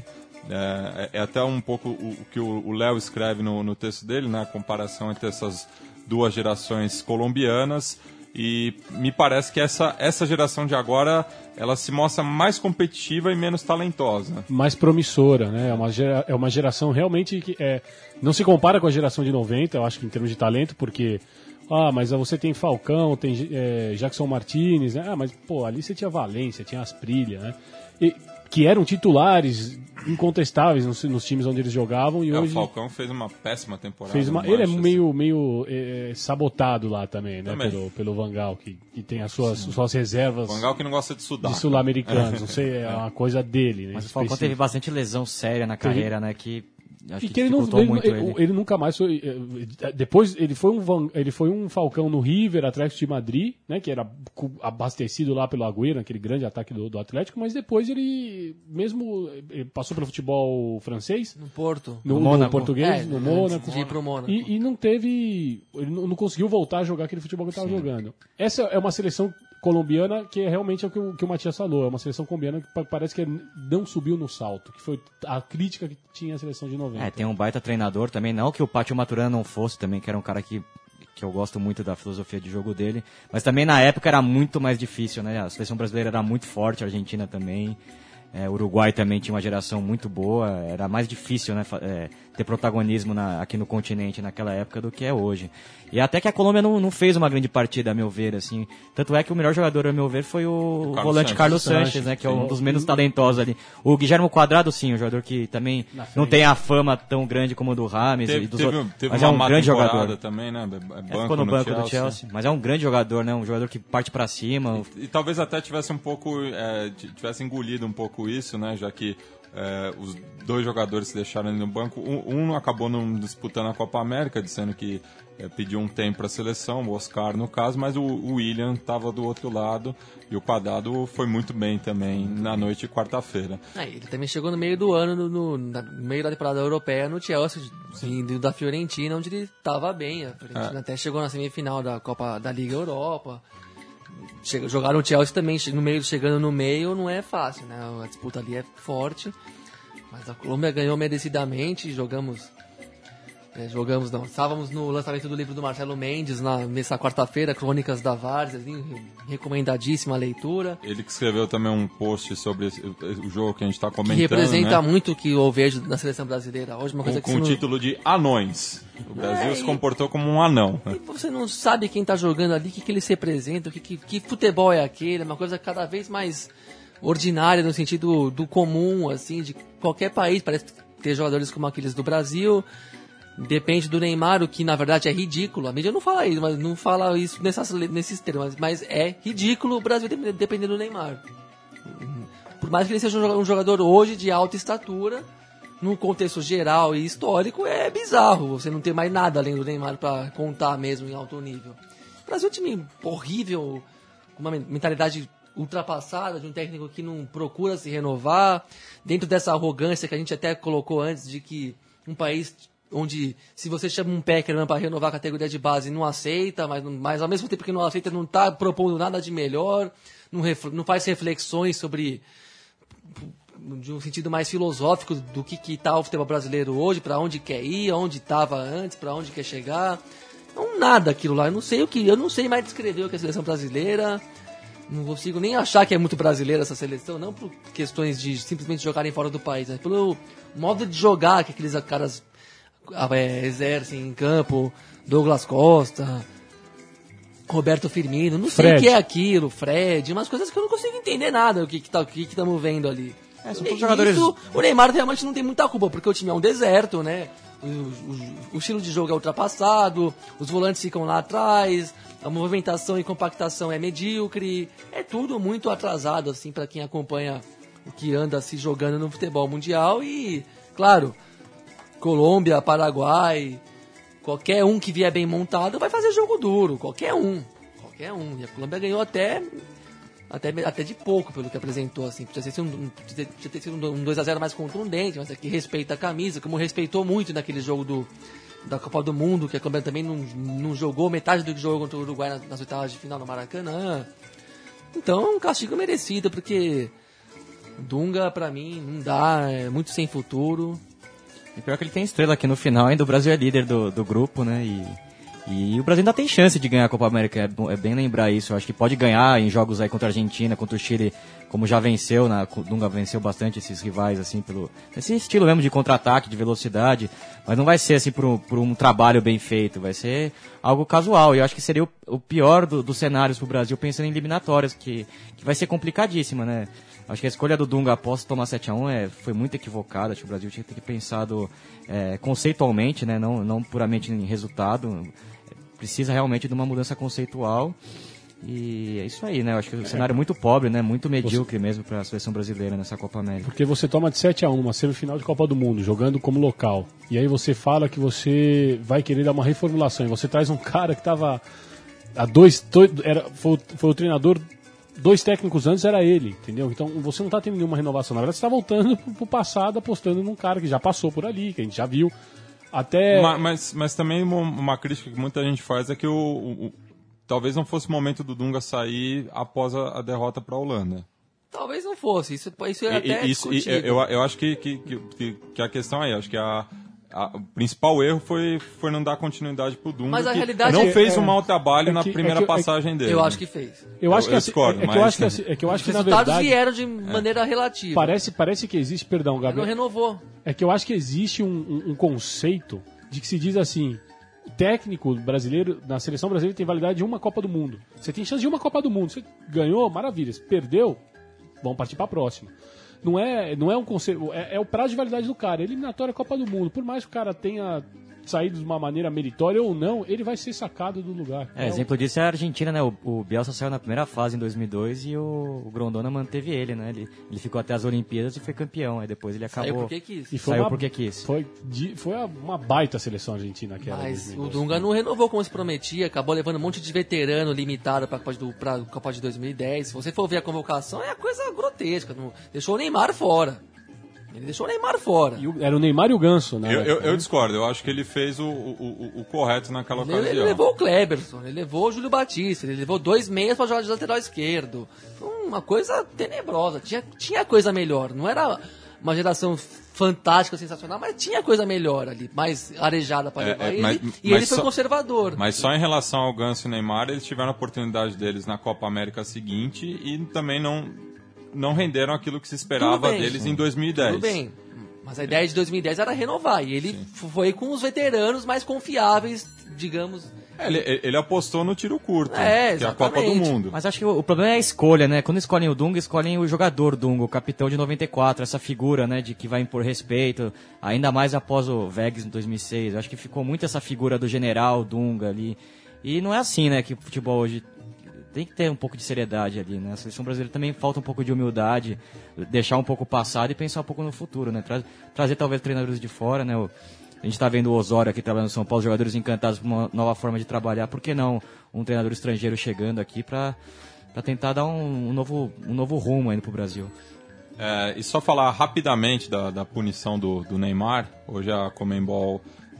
É, é até um pouco o, o que o Léo escreve no, no texto dele, né, a comparação entre essas duas gerações colombianas, e me parece que essa, essa geração de agora ela se mostra mais competitiva e menos talentosa. Mais promissora, né? É uma, gera, é uma geração realmente que é, não se compara com a geração de noventa, eu acho que em termos de talento, porque ah, mas você tem Falcão, tem é, Jackson Martinez, né? Ah, mas pô, ali você tinha Valência, tinha Asprilla, né? E, que eram titulares incontestáveis nos, nos times onde eles jogavam e É, hoje o Falcão fez uma péssima temporada. fez uma, no ele é Manchester. meio, meio é, sabotado lá também, né? Também. Pelo, pelo Van Gaal, que, que tem as suas, suas reservas Van Gaal que não gosta de estudar. de sul-americanos, não sei, é uma coisa dele, né? Mas o Falcão específica. teve bastante lesão séria na carreira, né? Que acho E que, que ele não, dificultou ele, muito ele, ele. ele nunca mais foi. eh, Depois ele foi um Van- ele foi um Falcão no River, Atlético de Madrid, né? Que era cu- abastecido lá pelo Agüero, aquele grande ataque do, do Atlético, mas depois ele mesmo ele passou pelo futebol francês, No Porto. no, No no Mônaco. português, É, no antes Mônaco. de ir pro Mônaco. E, e não teve. Ele não, não conseguiu voltar a jogar aquele futebol que ele estava jogando. Essa é uma seleção colombiana, que é realmente é o que o, que o Matias falou, é uma seleção colombiana que pa- parece que não subiu no salto, que foi a crítica que tinha a seleção de noventa. É, tem um baita treinador também, não que o Pátio Maturana não fosse também, que era um cara que, que eu gosto muito da filosofia de jogo dele, mas também na época era muito mais difícil, né? A seleção brasileira era muito forte, a Argentina também, é, o Uruguai também tinha uma geração muito boa, era mais difícil, né, fa- é, ter protagonismo na- aqui no continente naquela época do que é hoje. E até que a Colômbia não, não fez uma grande partida, a meu ver, assim. Tanto é que o melhor jogador, a meu ver, foi o, Carlos volante Sanches. Carlos Sanches, Sanches, né, que é sim. um dos menos talentosos ali. O Guilherme Quadrado, sim, um jogador que também Na frente. não tem a fama tão grande como o do Rames Teve, e dos teve, outros, teve mas uma é um má grande temporada jogador. também, né? É, É, banco ficou no banco Chelsea. do Chelsea. Mas é um grande jogador, né? Um jogador que parte pra cima. E, e talvez até tivesse um pouco, é, t- tivesse engolido um pouco isso, né? Já que é, os dois jogadores que deixaram ele no banco, um, um acabou não disputando a Copa América, dizendo que é, pediu um tempo para a seleção, o Oscar no caso, mas o, o William estava do outro lado e o Quadrado foi muito bem também na noite de quarta-feira. Ah, ele também chegou no meio do ano, no, no- na- no meio da temporada europeia, no Chelsea, vindo da Fiorentina, onde ele estava bem. A Fiorentina É. até chegou na semifinal da Copa da Liga Europa. Chega, jogaram o Chelsea também, no meio, chegando no meio não é fácil, né? A disputa ali é forte. Mas a Colômbia ganhou merecidamente, jogamos. é, jogamos não. Estávamos no lançamento do livro do Marcelo Mendes na, nessa quarta-feira, Crônicas da Várzea, assim, recomendadíssima a leitura. Ele que escreveu também um post sobre esse- o jogo que a gente está Que comentando, representa né? muito o que eu vejo na seleção brasileira hoje, uma coisa Com, que com o você não, título de Anões. O Brasil É, se e- comportou como um anão. Né? e você não sabe quem tá jogando ali, o que, que eles representam, que, que, que futebol é aquele, é uma coisa cada vez mais ordinária no sentido do comum, assim, de qualquer país, parece ter jogadores como aqueles do Brasil, depende do Neymar, o que na verdade é ridículo, a mídia não fala isso, mas não fala isso nessas, nesses termos, mas é ridículo o Brasil dep- depender do Neymar. Por mais que ele seja um joga- um jogador hoje de alta estatura, no contexto geral e histórico, é bizarro você não ter mais nada além do Neymar para contar mesmo em alto nível. O Brasil é um time horrível, com uma men- mentalidade ultrapassada, de um técnico que não procura se renovar, dentro dessa arrogância que a gente até colocou antes, de que um país onde se você chama um Peckerman para renovar a categoria de base, não aceita, mas, não- mas ao mesmo tempo que não aceita, não está propondo nada de melhor, não, ref- não faz reflexões sobre de um sentido mais filosófico do que que tá o futebol brasileiro hoje, para onde quer ir, onde estava antes, para onde quer chegar. Não nada aquilo lá, eu não sei o que, eu não sei mais descrever o que é a seleção brasileira. Não consigo nem achar que é muito brasileira essa seleção, não por questões de simplesmente jogarem fora do país, mas pelo modo de jogar que aqueles caras é, exercem em campo, Douglas Costa, Roberto Firmino, não sei Fred. o que é aquilo, Fred, umas coisas que eu não consigo entender nada o que que tá, o que que estamos vendo ali. É, são E todos jogadores- isso, o Neymar realmente não tem muita culpa, porque o time é um deserto, né? O, o- o estilo de jogo é ultrapassado, os volantes ficam lá atrás, a movimentação e compactação é medíocre, é tudo muito atrasado, assim, para quem acompanha o que anda se jogando no futebol mundial e, claro, Colômbia, Paraguai, qualquer um que vier bem montado vai fazer jogo duro, qualquer um, qualquer um. E a Colômbia ganhou até até, até de pouco pelo que apresentou, assim, podia ter sido um, podia ter sido um dois a zero mais contundente, mas aqui respeita a camisa, como respeitou muito naquele jogo do da Copa do Mundo, que a Colômbia também não, não jogou metade do que jogou contra o Uruguai nas, nas oitavas de final no Maracanã. Então é um castigo merecido, porque Dunga, pra mim, não dá, é muito sem futuro. E pior que ele tem estrela aqui no final, ainda o Brasil é líder do, do grupo, né? E, e o Brasil ainda tem chance de ganhar a Copa América, é, bom- é bem lembrar isso. Eu acho que pode ganhar em jogos aí contra a Argentina, contra o Chile, como já venceu, né? O Dunga venceu bastante esses rivais, assim, pelo esse estilo mesmo de contra-ataque, de velocidade. Mas não vai ser, assim, por um, por um trabalho bem feito, vai ser algo casual. E eu acho que seria o, o pior do- dos cenários pro Brasil, pensando em eliminatórias, que, que vai ser complicadíssima, né? Acho que a escolha do Dunga após tomar sete a um é, foi muito equivocada. Acho que o Brasil tinha que ter pensado é, conceitualmente, né? não, não puramente em resultado. Precisa realmente de uma mudança conceitual. E é isso aí, né? Eu acho que o cenário é muito pobre, né? Muito medíocre mesmo para a seleção brasileira nessa Copa América. Porque você toma de sete a um, uma semifinal de Copa do Mundo, jogando como local. E aí você fala que você vai querer dar uma reformulação. E você traz um cara que estava há dois... dois era, foi, foi o treinador... Dois técnicos antes era ele, entendeu? Então você não está tendo nenhuma renovação. Na verdade, você está voltando pro, pro passado, apostando num cara que já passou por ali, que a gente já viu. Até... Ma- Mas, mas também uma, uma crítica que muita gente faz é que o, o- talvez não fosse o momento do Dunga sair após a, a derrota para a Holanda. Talvez não fosse, isso, isso é E- até e- isso, e- discutível. eu, eu acho que, que, que, que a questão aí, acho que a, a- o principal erro foi, foi não dar continuidade pro Dunga, Mas a que realidade não é- fez é- um mau trabalho é na que- é primeira que- é que- passagem dele. Eu né? acho que fez. Eu acho Eu- que, eu assim, discordo, é, é que mas- eu acho que, assim, é que eu acho Os que na resultados verdade vieram de maneira relativa. parece, parece que existe, perdão, Não Gabriel, renovou. é que eu acho que existe um, um- um conceito de que se diz assim, técnico brasileiro, na seleção brasileira tem validade de uma Copa do Mundo. Você tem chance de uma Copa do Mundo. Você ganhou, maravilha. Se perdeu, vamos partir para a próxima. Não é, não é um conceito, é, é o prazo de validade do cara. Eliminatória Copa do Mundo. Por mais que o cara tenha saído de uma maneira meritória ou não, ele vai ser sacado do lugar. É, exemplo disso é a Argentina, né? O, o Bielsa saiu na primeira fase em dois mil e dois e o, o Grondona manteve ele, né? Ele, ele ficou até as Olimpíadas e foi campeão. Aí depois ele acabou. Saiu porque quis. E foi Saiu uma, porque quis. Foi, de- foi uma baita seleção argentina aquela. Mas dois mil e o dois. Dunga não renovou como se prometia, acabou levando um monte de veterano limitado para a Copa, do- pra Copa de dois mil e dez. Se você for ver a convocação, é coisa grotesca. Não, deixou o Neymar fora. Ele deixou o Neymar fora. E o- Era o Neymar e o Ganso, né? Eu, eu, eu discordo, eu acho que ele fez o, o, o, o correto naquela Ele, ocasião. ele levou o Kleberson, ele levou o Júlio Batista, ele levou dois meias para jogar de lateral esquerdo. Foi uma coisa tenebrosa. Tinha, tinha coisa melhor. Não era uma geração fantástica, sensacional, mas tinha coisa melhor ali, mais arejada para É, levar. é, ele, mas- e mas ele foi só- conservador. Mas só em relação ao Ganso e Neymar, eles tiveram a oportunidade deles na Copa América seguinte e também não, não renderam aquilo que se esperava Tudo bem. deles em dois mil e dez. Tudo bem. Mas a ideia de dois mil e dez era renovar. E ele foi com os veteranos mais confiáveis, digamos. É, Ele, ele apostou no tiro curto, É, que é a Copa do exatamente. Mundo. Mas acho que o, o problema é a escolha, né? Quando escolhem o Dunga, escolhem o jogador Dunga, o capitão de noventa e quatro, essa figura, né, de que vai impor respeito, ainda mais após o Vegas em dois mil e seis. Eu acho que ficou muito essa figura do general Dunga ali. E não é assim, né, que o futebol hoje tem que ter um pouco de seriedade ali, né? A seleção brasileira também falta um pouco de humildade, deixar um pouco o passado e pensar um pouco no futuro, né? Tra- trazer talvez treinadores de fora, né? O- a gente está vendo o Osório aqui trabalhando no São Paulo, jogadores encantados por uma nova forma de trabalhar. Por que não um treinador estrangeiro chegando aqui para tentar dar um, um novo, um novo rumo ainda pro Brasil? É, e só falar rapidamente da, da punição do, do Neymar. Hoje a Conmebol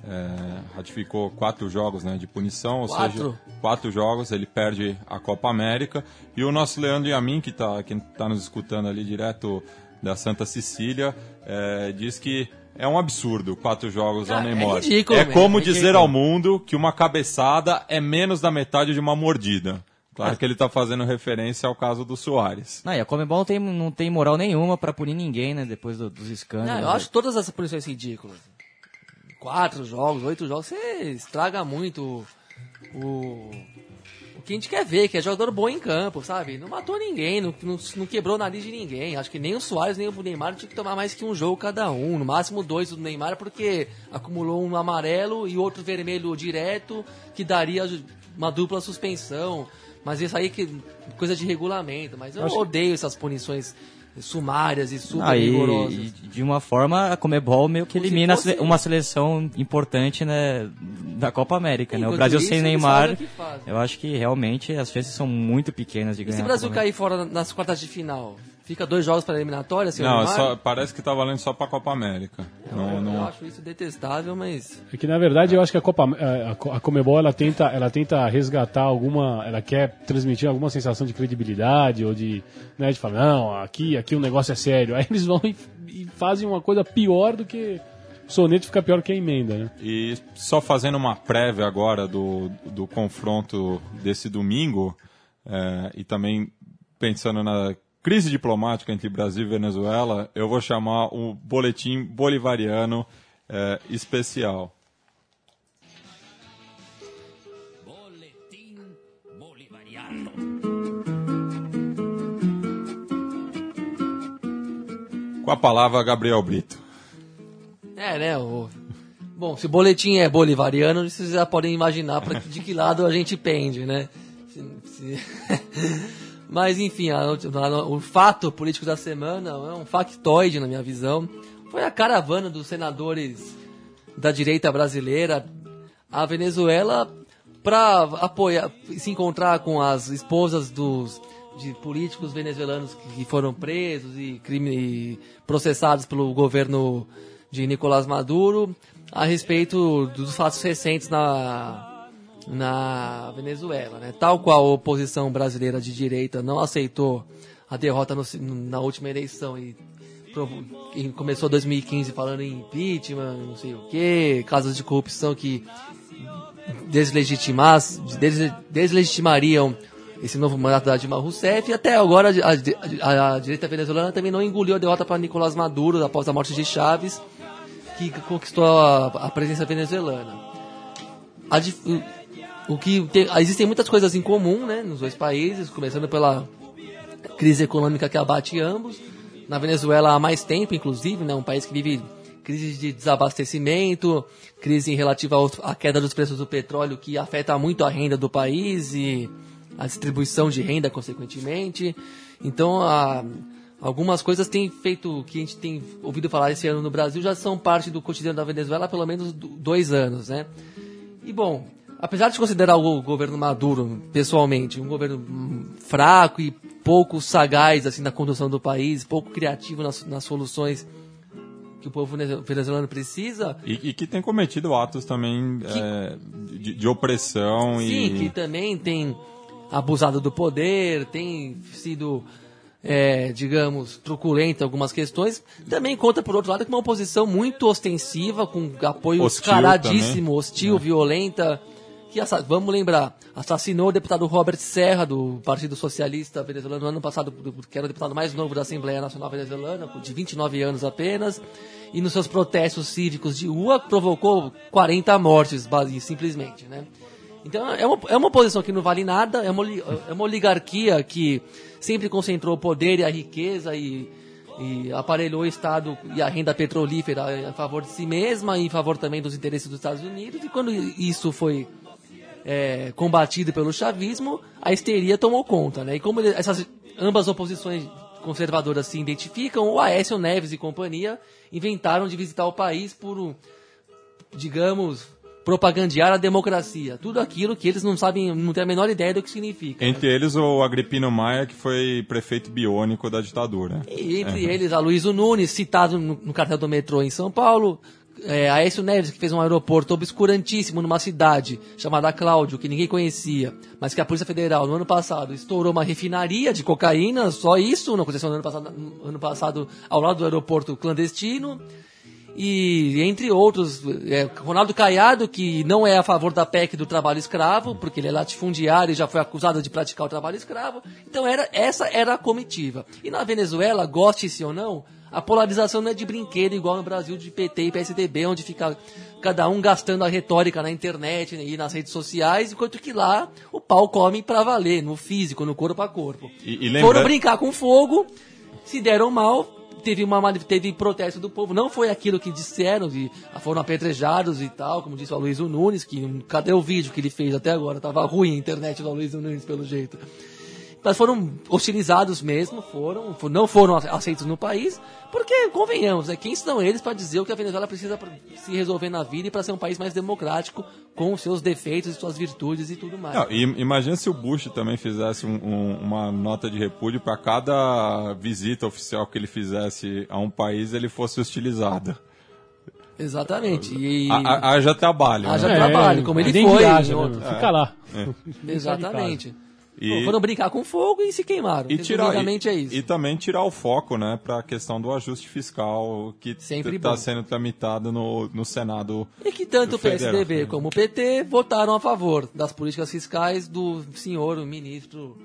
é, ratificou quatro jogos, né, de punição, ou Quatro? seja, quatro jogos, ele perde a Copa América. E o nosso Leandro Yamin, que está que tá nos escutando ali direto da Santa Cecília, é, diz que é um absurdo quatro jogos ao Ah, é Neymar. ridículo, é mesmo, como é dizer ridículo. ao mundo que uma cabeçada é menos da metade de uma mordida. Claro que ele está fazendo referência ao caso do Soares. Não, e a Conmebol não tem, não tem moral nenhuma para punir ninguém, né? Depois do- dos escândalos. Não, eu acho todas essas punições ridículas. Quatro jogos, oito jogos, você estraga muito o, o que a gente quer ver, que é jogador bom em campo, sabe? Não matou ninguém, não, não, não quebrou o nariz de ninguém. Acho que nem o Soares nem o Neymar tinha que tomar mais que um jogo cada um. No máximo dois do Neymar, porque acumulou um amarelo e outro vermelho direto, que daria uma dupla suspensão. Mas isso aí que coisa de regulamento. Mas eu Acho- odeio essas punições sumárias e super Ah, e, rigorosas. e de uma forma a Conmebol meio que Como se elimina a fosse- sele- uma seleção importante, né, da Copa América, né? O Enquanto Brasil isso, sem eles Neymar, fazem o que fazem. eu acho que realmente as chances são muito pequenas de E ganhar. se o a Brasil Copa América. cair fora nas quartas de final? Fica dois jogos para a eliminatória, senhor Não, Neymar? só, parece que está valendo só para a Copa América. Não, eu, não- eu acho isso detestável, mas... É que na verdade eu acho que a Copa a, a Conmebol ela tenta ela tenta resgatar alguma, ela quer transmitir alguma sensação de credibilidade ou de, né, de falar não, aqui aqui o negócio é sério. Aí eles vão e, e fazem uma coisa pior do que soneto, fica pior que a emenda, né? E só fazendo uma prévia agora do, do confronto desse domingo, é, e também pensando na crise diplomática entre Brasil e Venezuela, eu vou chamar o boletim bolivariano é, especial. Boletim Bolivariano. Com a palavra, Gabriel Brito. É, né? O... Bom, se o boletim é bolivariano, vocês já podem imaginar pra, de que lado a gente pende, né? Se- se- Mas, enfim, a- a- o fato político da semana é um factoide, na minha visão. Foi a caravana dos senadores da direita brasileira à Venezuela para apoiar, se encontrar com as esposas dos de políticos venezuelanos que foram presos e, crime, e processados pelo governo de Nicolás Maduro a respeito dos fatos recentes na, na Venezuela, né? Tal qual a oposição brasileira de direita não aceitou a derrota no, na última eleição e, e começou dois mil e quinze falando em impeachment, não sei o que, casos de corrupção que deslegitimas, des, deslegitimariam esse novo mandato da Dilma Rousseff, e até agora a, a, a direita venezuelana também não engoliu a derrota para Nicolás Maduro após a morte de Chávez, que conquistou a, a presença venezuelana. A, o que tem, existem muitas coisas em comum, né, nos dois países, começando pela crise econômica que abate ambos. Na Venezuela há mais tempo, inclusive, né, um país que vive crise de desabastecimento, crise relativa à queda dos preços do petróleo, que afeta muito a renda do país e a distribuição de renda, consequentemente. Então, a, algumas coisas têm feito, que a gente tem ouvido falar esse ano no Brasil, já são parte do cotidiano da Venezuela há pelo menos dois anos, né? E, bom, apesar de considerar o governo Maduro, pessoalmente, um governo fraco e pouco sagaz assim, na condução do país, pouco criativo nas, nas soluções que o povo venezuelano precisa... E, e que tem cometido atos também que, é, de, de opressão. Sim, e... que também tem abusado do poder, tem sido, é, digamos, truculento em algumas questões. Também conta, por outro lado, com uma oposição muito ostensiva, com apoio descaradíssimo, hostil, é. violenta, que, vamos lembrar, assassinou o deputado Robert Serra, do Partido Socialista Venezuelano, no ano passado, que era o deputado mais novo da Assembleia Nacional Venezuelana, de vinte e nove anos apenas, e nos seus protestos cívicos de rua provocou quarenta mortes, simplesmente, né? Então é uma, é uma oposição que não vale nada, é uma, é uma oligarquia que sempre concentrou o poder e a riqueza e, e aparelhou o Estado e a renda petrolífera a favor de si mesma e em favor também dos interesses dos Estados Unidos. E quando isso foi é, combatido pelo chavismo, a histeria tomou conta, né? E como ele, essas ambas oposições conservadoras se identificam, o Aécio Neves e companhia inventaram de visitar o país por, digamos... propagandear a democracia, tudo aquilo que eles não sabem, não têm a menor ideia do que significa. Entre né? eles o Agripino Maia, que foi prefeito biônico da ditadura. E entre é. eles, Aloysio Nunes, citado no, no cartel do metrô em São Paulo, é, Aécio Neves, que fez um aeroporto obscurantíssimo numa cidade chamada Cláudio, que ninguém conhecia, mas que a Polícia Federal, no ano passado, estourou uma refinaria de cocaína, só isso, na concessão do ano passado, no ano passado ao lado do aeroporto clandestino. E, entre outros, é, Ronaldo Caiado, que não é a favor da P E C do trabalho escravo, porque ele é latifundiário e já foi acusado de praticar o trabalho escravo. Então, era, essa era a comitiva. E na Venezuela, goste-se ou não, a polarização não é de brinquedo, igual no Brasil de P T e P S D B, onde fica cada um gastando a retórica na internet e nas redes sociais, enquanto que lá o pau come pra valer, no físico, no corpo a corpo. E, e lembra... Foram brincar com fogo, se deram mal... Teve, uma, teve protesto do povo, não foi aquilo que disseram, e foram apedrejados e tal, como disse o Aloysio Nunes, que cadê o vídeo que ele fez até agora? Tava ruim a internet do Aloysio Nunes, pelo jeito. Mas foram hostilizados mesmo, foram, não foram aceitos no país, porque, convenhamos, né, quem são eles para dizer o que a Venezuela precisa se resolver na vida e para ser um país mais democrático, com os seus defeitos e suas virtudes e tudo mais. Não, e imagina se o Bush também fizesse um, um, uma nota de repúdio para cada visita oficial que ele fizesse a um país, ele fosse hostilizado. Exatamente. E... Haja trabalho. Haja né? trabalho, é, como ele nem foi. viagem, outro... né? Fica lá. É. Exatamente. E, foram brincar com fogo e se queimaram. E, tirar, e, é isso. e também tirar o foco, né, para a questão do ajuste fiscal que está sendo tramitado no, no Senado. E que tanto o P S D B Federal. como o P T votaram a favor das políticas fiscais do senhor o ministro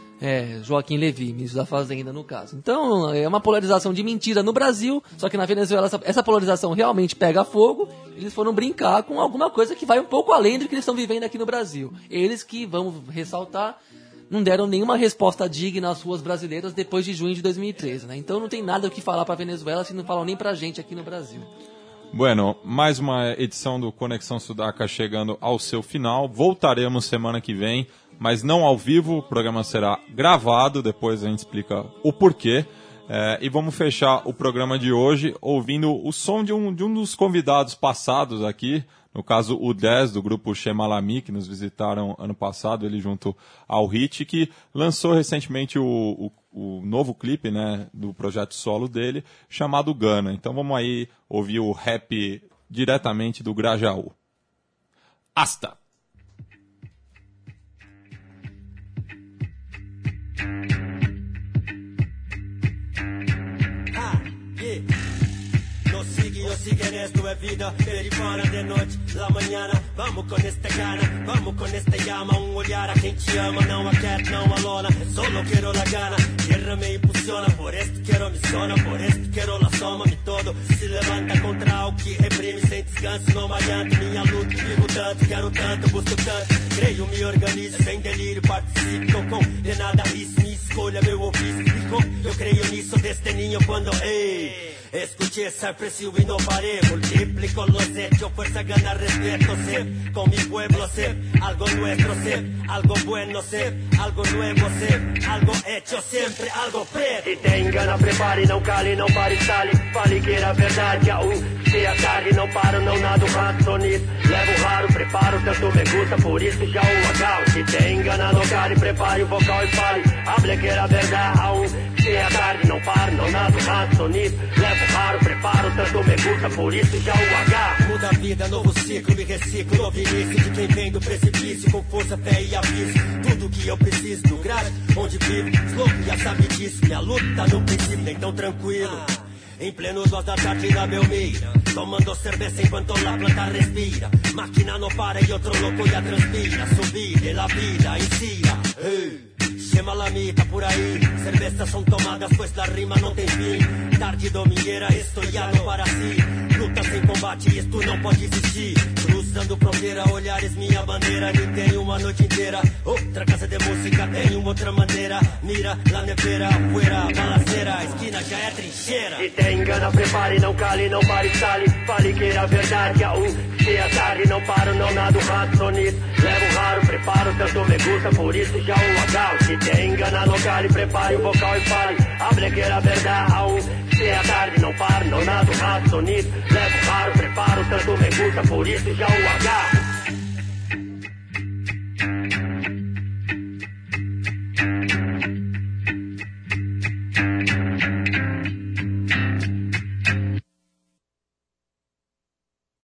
é, Joaquim Levy, ministro da Fazenda, no caso. Então, é uma polarização de mentira no Brasil, só que na Venezuela essa, essa polarização realmente pega fogo. Eles foram brincar com alguma coisa que vai um pouco além do que eles estão vivendo aqui no Brasil. Eles que, vamos ressaltar, não deram nenhuma resposta digna às ruas brasileiras depois de junho de dois mil e treze, né? Então não tem nada o que falar para a Venezuela se não falam nem para a gente aqui no Brasil. Bueno, mais uma edição do Conexão Sudaca chegando ao seu final. Voltaremos semana que vem, mas não ao vivo. O programa será gravado, depois a gente explica o porquê. É, e vamos fechar o programa de hoje ouvindo o som de um, de um dos convidados passados aqui, no caso o dez do grupo Shemalami, que nos visitaram ano passado, ele junto ao Hit, que lançou recentemente o, o, o novo clipe, né, do projeto solo dele, chamado Gana. Então vamos aí ouvir o rap diretamente do Grajaú. Hasta! esto es vida, derivana de noche, la mañana. Vamos con esta gana, vamos con esta llama. Un olhar a quien te ama, não a cat, não a lona. Solo quiero la gana, tierra me impulsiona. Por esto quiero mi zona, por esto quiero la soma. Mi todo se levanta contra o que reprime sem descanso. Não adianta minha luta, vivo tanto, quero tanto, busco tanto. Creio, me organizo, sem delírio, participo. Tô condenado a isso, me escolha meu ofício. Eu creio nisso desde niño quando, ei, escuché esa presión y no paré. Multiplico los hechos, fuerza, gana, respeto. Sé, con mi pueblo sé, algo nuestro sé, algo bueno sé, algo nuevo sé, algo hecho sempre, algo preto. E tem gana, prepare, não cale, não pare, sale. Fale que era verdade, a um se a tarde, não paro, não nado, rato nisso. Levo raro, preparo, tanto me gusta, por isso já o agal. Se tem gana, não cale, prepare o vocal e fale. Hable que era verdade, a um se a tarde, não paro, não nado, rato nisso. Levo raro, preparo, tanto me gusta, por isso já o H. Muda a vida, novo ciclo, me reciclo, novo início de quem vem do precipício, com força, fé e aviso. Tudo que eu preciso do grave, onde vivo, louco já sabe disso. Minha luta tá no princípio, nem tão tranquilo. Em pleno duas da tarde na Belmira, tomando cerveja enquanto la planta respira. Máquina não para e outro louco já transpira. Subir de la vida, insira. Hey. Chama lamita por aí, cervezas são tomadas, pois la rima não tem fim. Tarde domingueira, estoiado para si. Luta sem combate, isto não pode existir. Cruzando fronteira, olhares, minha bandeira. Nem tem uma noite inteira, outra casa de música, tem uma outra maneira. Mira, la nevera, fuera, balaceira, a esquina já é trincheira. E tem gana, prepare, não cale, não pare, sale. Fale que era verdade, a um se a tarde, não paro, não nado, rato, sonito. Levo raro, preparo, tanto me gusta, por isso já o agal. Se tem gana, não cale, prepare o vocal e fale. Hable que era verdade, a um se a tarde, não paro, não nado, rato, sonito. Levo raro, preparo, tanto me gusta, por isso já o H.